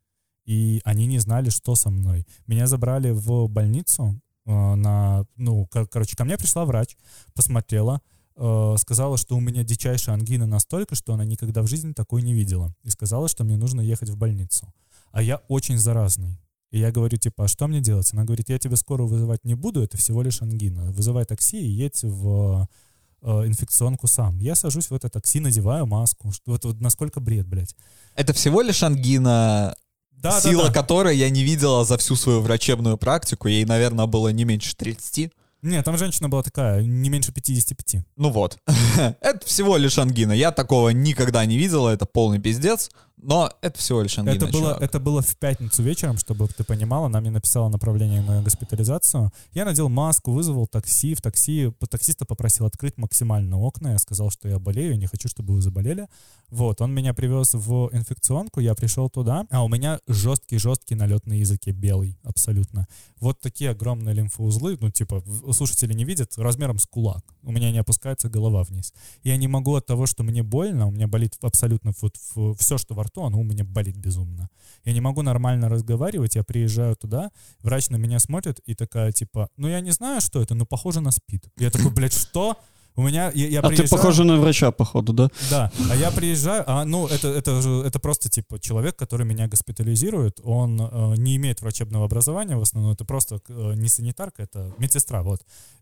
И они не знали, что со мной. Меня забрали в больницу э, на... Ну, кор- короче, ко мне пришла врач, посмотрела, э, сказала, что у меня дичайшая ангина настолько, что она никогда в жизни такой не видела. И сказала, что мне нужно ехать в больницу. А я очень заразный. И я говорю, типа, а что мне делать? Она говорит, я тебе скоро вызывать не буду, это всего лишь ангина. Вызывай такси и едь в э, инфекционку сам. Я сажусь в это такси, надеваю маску. Что, вот, вот насколько бред, блядь. Это всего лишь ангина, Да, сила да, да. которой я не видела за всю свою врачебную практику. Ей, наверное, было не меньше тридцати. Нет, там женщина была такая, не меньше пятидесяти пяти. Ну вот. Это всего лишь ангина. Я такого никогда не видела, это полный пиздец. Но это всего лишь ангина, Это было, чувак. это было в пятницу вечером, чтобы ты понимал. Она мне написала направление на госпитализацию. Я надел маску, вызвал такси. В такси таксиста попросил открыть максимально окна. Я сказал, что я болею, не хочу, чтобы вы заболели. Вот, он меня привез в инфекционку, я пришел туда, а у меня жесткий-жесткий налет на языке, белый, абсолютно. Вот такие огромные лимфоузлы, ну, типа, слушатели не видят, размером с кулак. У меня не опускается голова вниз. Я не могу от того, что мне больно, у меня болит абсолютно вот все, что во рту, оно у меня болит безумно. Я не могу нормально разговаривать, я приезжаю туда, врач на меня смотрит и такая, типа, ну, я не знаю, что это, но похоже на СПИД. Я такой, блядь, что? У меня, я, я а приезжаю... ты похожа на врача, походу, да? Да, а я приезжаю, а, ну, это, это, же, это просто, типа, человек, который меня госпитализирует, он э, не имеет врачебного образования в основном, это просто э, не санитарка, это медсестра, вот.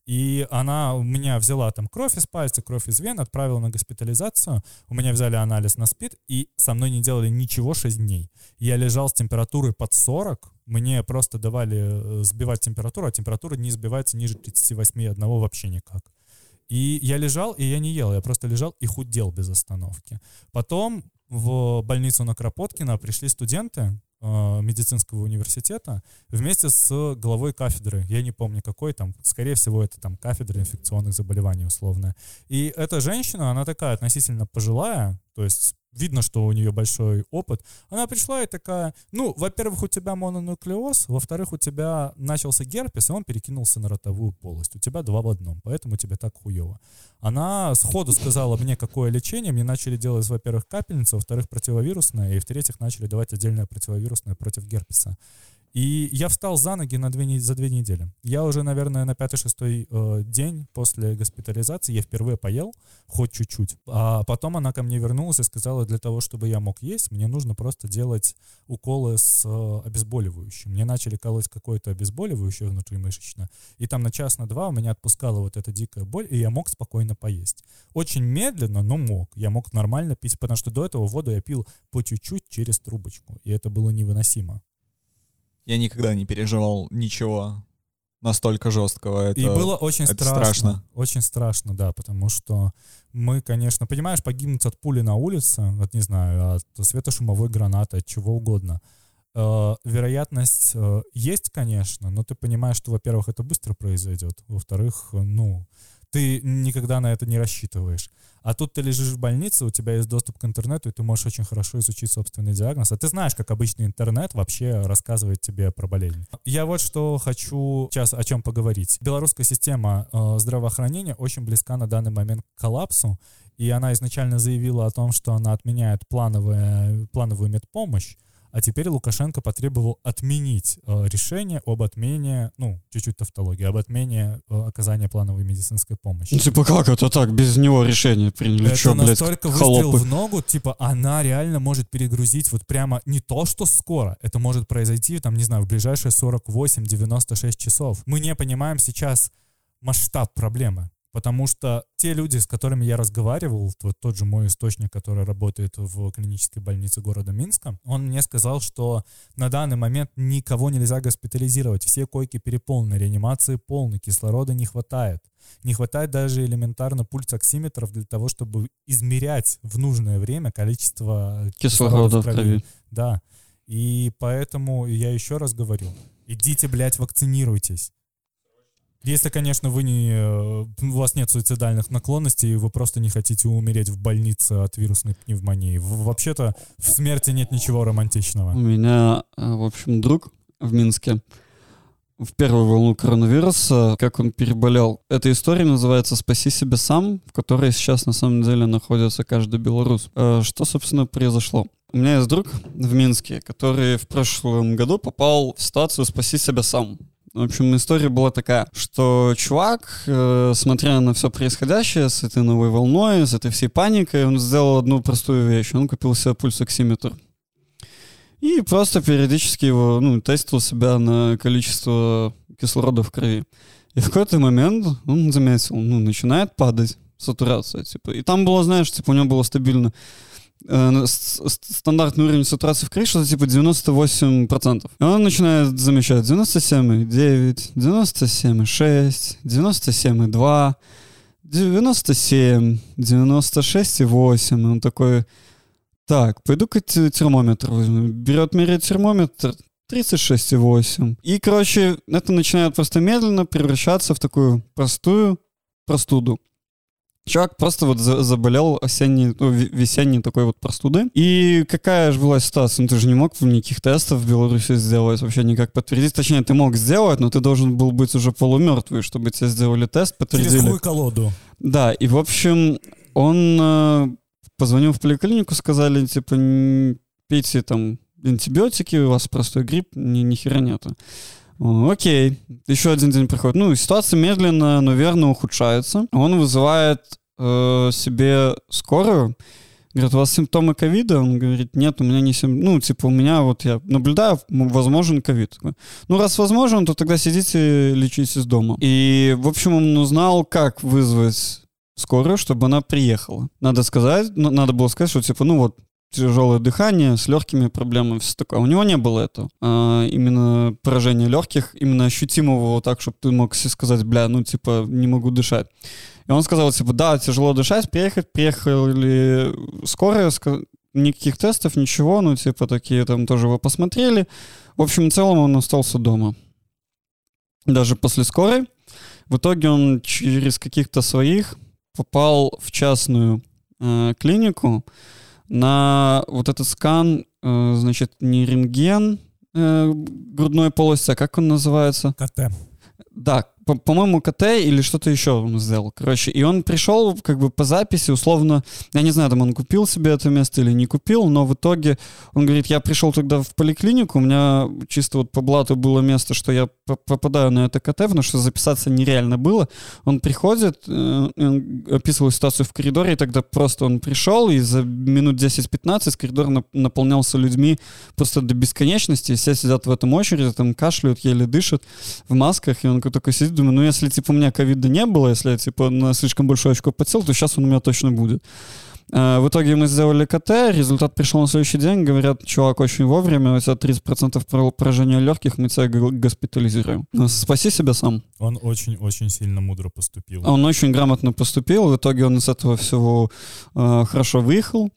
И она у меня взяла там кровь из пальца, кровь из вен, отправила на госпитализацию, у меня взяли анализ на СПИД, и со мной не делали ничего шесть дней. Я лежал с температурой под сорок, мне просто давали сбивать температуру, а температура не сбивается ниже тридцати восьми и одного вообще никак. И я лежал, и я не ел, я просто лежал и худел без остановки. Потом в больницу на Кропоткина пришли студенты э, медицинского университета вместе с главой кафедры. Я не помню какой там, скорее всего это там кафедра инфекционных заболеваний условно. И эта женщина, она такая относительно пожилая, то есть видно, что у нее большой опыт. Она пришла и такая, ну, во-первых, у тебя мононуклеоз, во-вторых, у тебя начался герпес, и он перекинулся на ротовую полость. У тебя два в одном, поэтому тебе так хуево. Она сходу сказала мне, какое лечение. Мне начали делать, во-первых, капельницу, во-вторых, противовирусное, и в-третьих, начали давать отдельное противовирусное против герпеса. И я встал за ноги на две, за две недели. Я уже, наверное, на пятый-шестой э, день после госпитализации я впервые поел, хоть чуть-чуть. А потом она ко мне вернулась и сказала, для того, чтобы я мог есть, мне нужно просто делать уколы с э, обезболивающим. Мне начали колоть какое-то обезболивающее внутримышечно, и там на час, на два у меня отпускала вот эта дикая боль, и я мог спокойно поесть. Очень медленно, но мог. Я мог нормально пить, потому что до этого воду я пил по чуть-чуть через трубочку, и это было невыносимо. Я никогда не переживал ничего настолько жесткого. Это, и было очень это страшно, страшно. Очень страшно, да, потому что мы, конечно, понимаешь, погибнуть от пули на улице, от, не знаю, от светошумовой гранаты, от чего угодно. Э, вероятность э, есть, конечно, но ты понимаешь, что, во-первых, это быстро произойдет, во-вторых, ну, ты никогда на это не рассчитываешь. А тут ты лежишь в больнице, у тебя есть доступ к интернету, и ты можешь очень хорошо изучить собственный диагноз. А ты знаешь, как обычный интернет вообще рассказывает тебе про болезнь. Я вот что хочу сейчас о чем поговорить. Белорусская система э, здравоохранения очень близка на данный момент к коллапсу, и она изначально заявила о том, что она отменяет плановые, плановую медпомощь, а теперь Лукашенко потребовал отменить э, решение об отмене, ну, чуть-чуть тавтология, об отмене э, оказания плановой медицинской помощи. Ну, типа, как это так? Без него решение приняли? Это Чё, блядь, настолько холопы? выстрел в ногу, типа, она реально может перегрузить вот прямо не то, что скоро, это может произойти, там, не знаю, в ближайшие сорок восемь - девяносто шесть часов. Мы не понимаем сейчас масштаб проблемы. Потому что те люди, с которыми я разговаривал, вот тот же мой источник, который работает в клинической больнице города Минска, он мне сказал, что на данный момент никого нельзя госпитализировать. Все койки переполнены, реанимации полны, кислорода не хватает. Не хватает даже элементарно пульсоксиметров для того, чтобы измерять в нужное время количество кислорода в крови. крови. Да. И поэтому я еще раз говорю, идите, блядь, вакцинируйтесь. Если, конечно, вы не, у вас нет суицидальных наклонностей, и вы просто не хотите умереть в больнице от вирусной пневмонии. Вообще-то в смерти нет ничего романтичного. У меня, в общем, друг в Минске в первую волну коронавируса, как он переболел. Эта история называется «Спаси себя сам», в которой сейчас на самом деле находится каждый белорус. Что, собственно, произошло? У меня есть друг в Минске, который в прошлом году попал в ситуацию «Спаси себя сам». В общем, история была такая, что чувак, э, смотря на все происходящее с этой новой волной, с этой всей паникой, он сделал одну простую вещь. Он купил себе пульсоксиметр. И просто периодически его, ну, тестил себя на количество кислорода в крови. И в какой-то момент он заметил, ну, начинает падать сатурация, типа. И там было, знаешь, типа, у него было стабильно стандартный уровень сатурации в крови, что-то типа девяносто восемь процентов. И он начинает замечать девяносто семь и девять, девяносто семь и шесть, девяносто семь и два, девяносто семь, девяносто шесть и восемь. И он такой, Так, пойду-ка т- термометр возьму. Берет, меряет термометр, тридцать шесть и восемь. И, короче, это начинает просто медленно превращаться в такую простую простуду. Чувак просто вот за- заболел осенней, ну, ве- весенней такой вот простудой. И какая же была ситуация? Ну, ты же не мог никаких тестов в Беларуси сделать, вообще никак подтвердить. Точнее, ты мог сделать, но ты должен был быть уже полумертвый, чтобы тебе сделали тест, подтвердили. Через какую колоду? Да, и, в общем, он э, позвонил в поликлинику, сказали, типа, «Н- пейте там антибиотики, у вас простой грипп, ни, ни хера нету. Он, окей, еще один день проходит. Ну, ситуация медленно, но верно ухудшается. Он вызывает э, себе скорую. Говорит, у вас симптомы ковида? Он говорит, нет, у меня не симптомы. Ну, типа, у меня вот я наблюдаю, возможен ковид. Ну, раз возможен, то тогда сидите, лечитесь дома. И, в общем, он узнал, как вызвать скорую, чтобы она приехала. Надо сказать, ну, надо было сказать, что, типа, ну вот, тяжелое дыхание с легкими проблемами, все такое. А у него не было этого. А, именно поражение легких, именно ощутимого вот так, чтобы ты мог себе сказать, бля, ну, типа, не могу дышать. И он сказал, типа, да, тяжело дышать, приехать, приехали скорые, ска- никаких тестов, ничего, ну, типа, такие там тоже его посмотрели. В общем, в целом он остался дома. Даже после скорой. В итоге он через каких-то своих попал в частную э, клинику на вот этот скан, э, значит, не рентген э, грудной полости, а как он называется? КТ. Да, по- по-моему, КТ или что-то еще он сделал. Короче, и он пришел как бы по записи, условно, я не знаю, там он купил себе это место или не купил, но в итоге он говорит, я пришел тогда в поликлинику, у меня чисто вот по блату было место, что я п- попадаю на это КТ, потому что записаться нереально было. Он приходит, э, он описывал ситуацию в коридоре, и тогда просто он пришел, и за минут десять-пятнадцать коридор нап- наполнялся людьми просто до бесконечности, все сидят в этом очереди, там кашляют, еле дышат в масках, и он такой сидит, думаю, ну если типа у меня ковида не было, если я типа на слишком большое очко подсел, то сейчас он у меня точно будет. А, в итоге мы сделали КТ, результат пришел на следующий день, говорят, чувак, очень вовремя, у тебя тридцать процентов поражения легких, мы тебя г- госпитализируем. Ну, спаси себя сам. Он очень-очень сильно мудро поступил. Он очень грамотно поступил, в итоге он из этого всего э, хорошо выехал.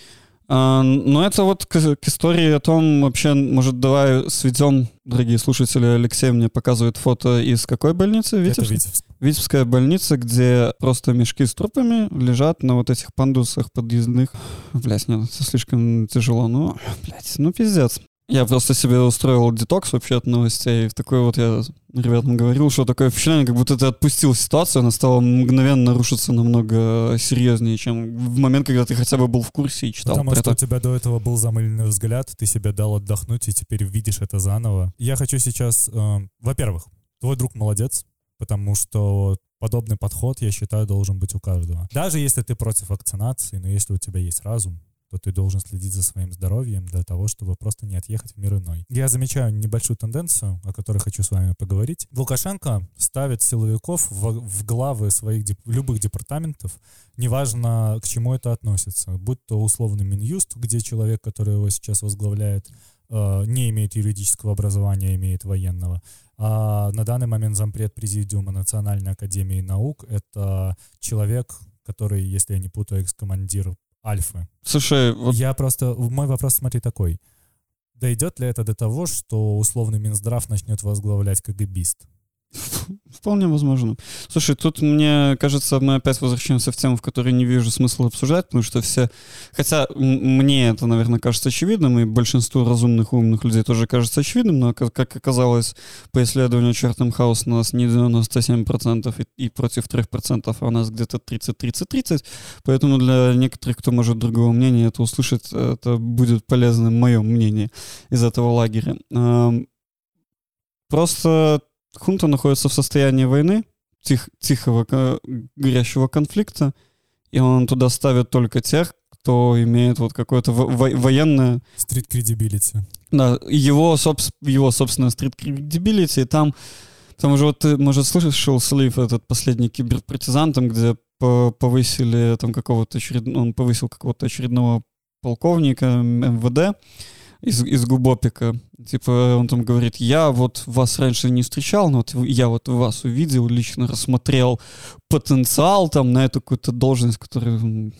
А, но это вот к, к истории о том, вообще, может, давай сведем, дорогие слушатели, Алексей мне показывает фото из какой больницы? Это Витебской? Витебск. Витебская больница, где просто мешки с трупами лежат на вот этих пандусах подъездных. Блять, нет, это слишком тяжело, ну, блять, ну пиздец. Я просто себе устроил детокс вообще от новостей. В такой вот я ребятам говорил, что такое впечатление, как будто ты отпустил ситуацию, она стала мгновенно рушиться намного серьезнее, чем в момент, когда ты хотя бы был в курсе и читал. Потому про что это. у тебя до этого был замыленный взгляд, ты себе дал отдохнуть, и теперь видишь это заново. Я хочу сейчас... э, во-первых, твой друг молодец, потому что подобный подход, я считаю, должен быть у каждого. Даже если ты против вакцинации, но если у тебя есть разум, то ты должен следить за своим здоровьем для того, чтобы просто не отъехать в мир иной. Я замечаю небольшую тенденцию, о которой хочу с вами поговорить. Лукашенко ставит силовиков в, в главы своих деп- любых департаментов, неважно, к чему это относится. Будь то условный Минюст, где человек, который его сейчас возглавляет, э, не имеет юридического образования, имеет военного. А на данный момент зампред президиума Национальной академии наук — это человек, который, если я не путаю, экс-командир Альфы. Слушай, вот Я просто... Мой вопрос, смотри, такой. Дойдет ли это до того, что условный Минздрав начнет возглавлять КГБист? вполне возможно. Слушай, тут мне кажется, мы опять возвращаемся в тему, в которой не вижу смысла обсуждать, потому что все... Хотя м- мне это, наверное, кажется очевидным, и большинству разумных, умных людей тоже кажется очевидным, но, как, как оказалось, по исследованию Chatham House у нас не девяносто семь процентов и, и против трех процентов, а у нас где-то тридцать-тридцать-тридцать. Поэтому для некоторых, кто может другого мнения это услышать, это будет полезным мое мнение из этого лагеря. Эм, Просто хунта находится в состоянии войны, тих, тихого, ко- горящего конфликта, и он туда ставит только тех, кто имеет вот какое-то во- во- военное... Street credibility. Да, его, собс- его собственное street credibility, там, там уже вот ты, может, слышал слив этот последний киберпартизан, там, где по- повысили там какого-то очередного, он повысил какого-то очередного полковника эм вэ дэ, из, из Губопика. Типа он там говорит, я вот вас раньше не встречал, но вот я вот вас увидел, лично рассмотрел потенциал там на эту какую-то должность, которую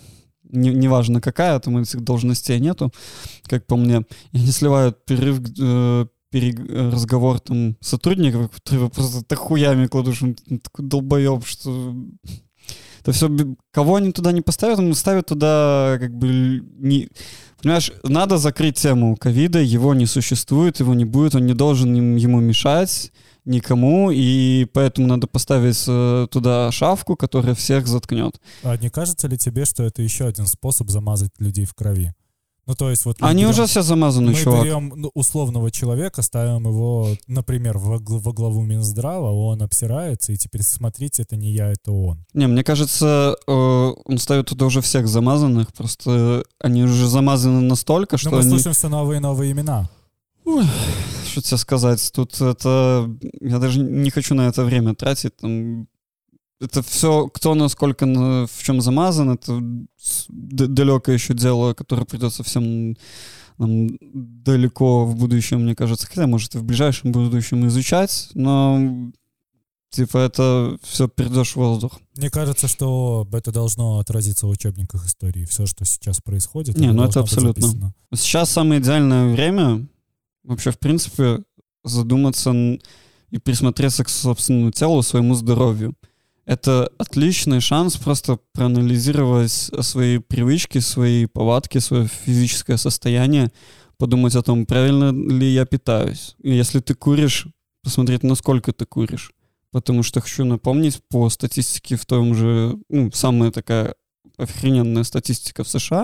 не- неважно какая, там этих должностей нету, как по мне, и они сливают перерыв, э, перег- э, разговор там сотрудников, которые просто так хуями кладут, что он такой долбоеб, что... Это все, кого они туда не поставят, они ставят туда как бы не... Понимаешь, надо закрыть тему ковида, его не существует, его не будет, он не должен им- ему мешать никому, и поэтому надо поставить э, туда шавку, которая всех заткнет. А не кажется ли тебе, что это еще один способ замазать людей в крови? Ну, то есть вот... мы Они берем- уже все замазаны, Мы чувак. берем ну, условного человека, ставим его, например, во, гл- во главу Минздрава, он обсирается, и теперь смотрите, это не я, это он. Не, мне кажется, э, он ставит туда уже всех замазанных, просто они уже замазаны настолько, что Но мы они... слышим все новые и новые имена. Ой, что тебе сказать, тут это... Я даже не хочу на это время тратить, там... Это все, кто насколько на, в чем замазан, это с- д- далекое еще дело, которое придется всем нам далеко в будущем, мне кажется, хотя, может, и в ближайшем будущем изучать, но типа это все перейдешь в воздух. Мне кажется, что это должно отразиться в учебниках истории. Все, что сейчас происходит, Не, ну это должно быть абсолютно. записано. Сейчас самое идеальное время вообще, в принципе, задуматься н- и присмотреться к собственному телу, своему здоровью. Это отличный шанс просто проанализировать свои привычки, свои повадки, свое физическое состояние, подумать о том, правильно ли я питаюсь. И если ты куришь, посмотреть, насколько ты куришь. Потому что хочу напомнить, по статистике в том же, ну, самая такая охрененная статистика в США,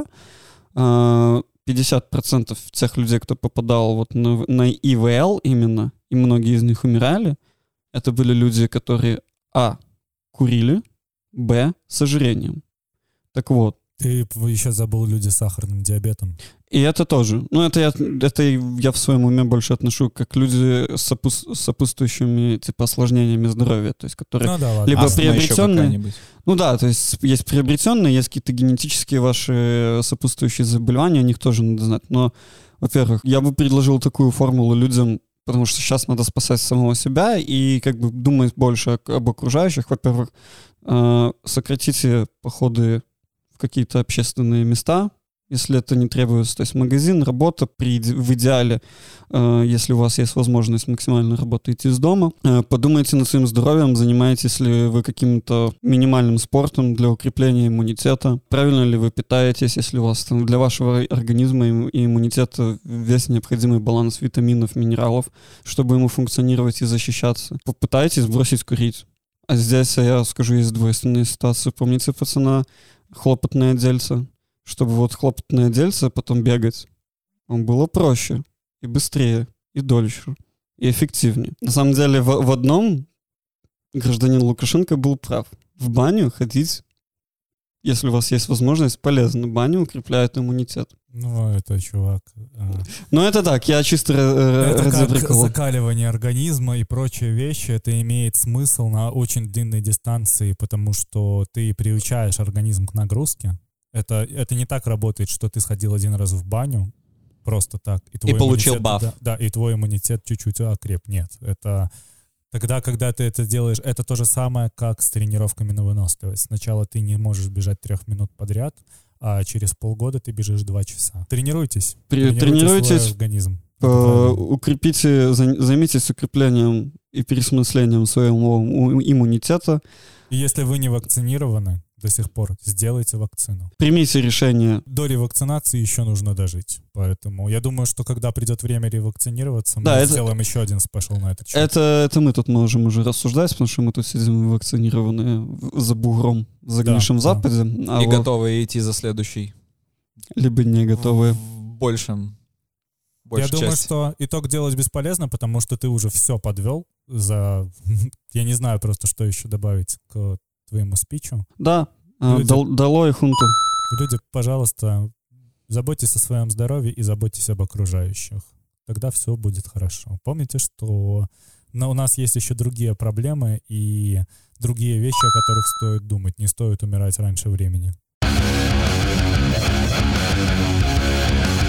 а, пятьдесят процентов тех людей, кто попадал вот на, на И В Л именно, и многие из них умирали, это были люди, которые, а, курили, б, с ожирением. Так вот. Ты еще забыл люди с сахарным диабетом. И это тоже. Ну, это я, это я в своем уме больше отношу как люди с сопу- с сопутствующими типа осложнениями здоровья, то есть которые Ну да, ладно. либо Астма еще приобретенные. какая-нибудь. Ну да, то есть есть приобретенные, есть какие-то генетические ваши сопутствующие заболевания, о них тоже надо знать. Но, во-первых, я бы предложил такую формулу людям, потому что сейчас надо спасать самого себя и как бы думать больше об окружающих. Во-первых, э, сократите походы в какие-то общественные места, если это не требуется. То есть магазин, работа, при, в идеале, э, если у вас есть возможность максимально работать из дома. Э, подумайте над своим здоровьем, занимаетесь ли вы каким-то минимальным спортом для укрепления иммунитета, правильно ли вы питаетесь, если у вас там, для вашего организма и иммунитета весь необходимый баланс витаминов, минералов, чтобы ему функционировать и защищаться. Попытайтесь бросить курить. А здесь, я скажу, есть двойственные ситуации. Помните пацана, хлопотное дельце? Чтобы вот хлопотное дельце потом бегать, вам было проще, и быстрее, и дольше, и эффективнее. На самом деле в, в одном гражданин Лукашенко был прав. В баню ходить, если у вас есть возможность, полезно. Баня укрепляет иммунитет. Ну, это, чувак... а, Но это так, я чисто ра- Это ради как прикола. закаливание организма и прочие вещи. Это имеет смысл на очень длинной дистанции, потому что ты приучаешь организм к нагрузке. Это, это не так работает, что ты сходил один раз в баню, просто так. И, твой получил иммунитет- баф. Да, да, и твой иммунитет чуть-чуть окреп. Нет, это... Тогда, когда ты это делаешь, это то же самое, как с тренировками на выносливость. Сначала ты не можешь бежать трех минут подряд, а через полгода ты бежишь два часа. Тренируйтесь. При- Тренируйте тренируйтесь, свой организм. Э, укрепите, за- займитесь укреплением и пересмыслением своего у- иммунитета. И если вы не вакцинированы до сих пор, сделайте вакцину. Примите решение. До ревакцинации еще нужно дожить. Поэтому я думаю, что когда придет время ревакцинироваться, мы Да, это- сделаем еще один спешл на этот счет. Это, это мы тут можем уже рассуждать, потому что мы тут сидим вакцинированные в- за бугром, в загнившем Да, Западе, а И вот готовы идти за следующий. либо не готовые. В большем. Я Большей думаю, части. что итог делать бесполезно, потому что ты уже все подвел за... Я не знаю просто, что еще добавить к твоему спичу. Да, а, Люди- дал- долой хунту. Люди, пожалуйста, заботьтесь о своем здоровье и заботьтесь об окружающих. Тогда все будет хорошо. Помните, что на- у нас есть еще другие проблемы и другие вещи, о которых стоит думать. Не стоит умирать раньше времени.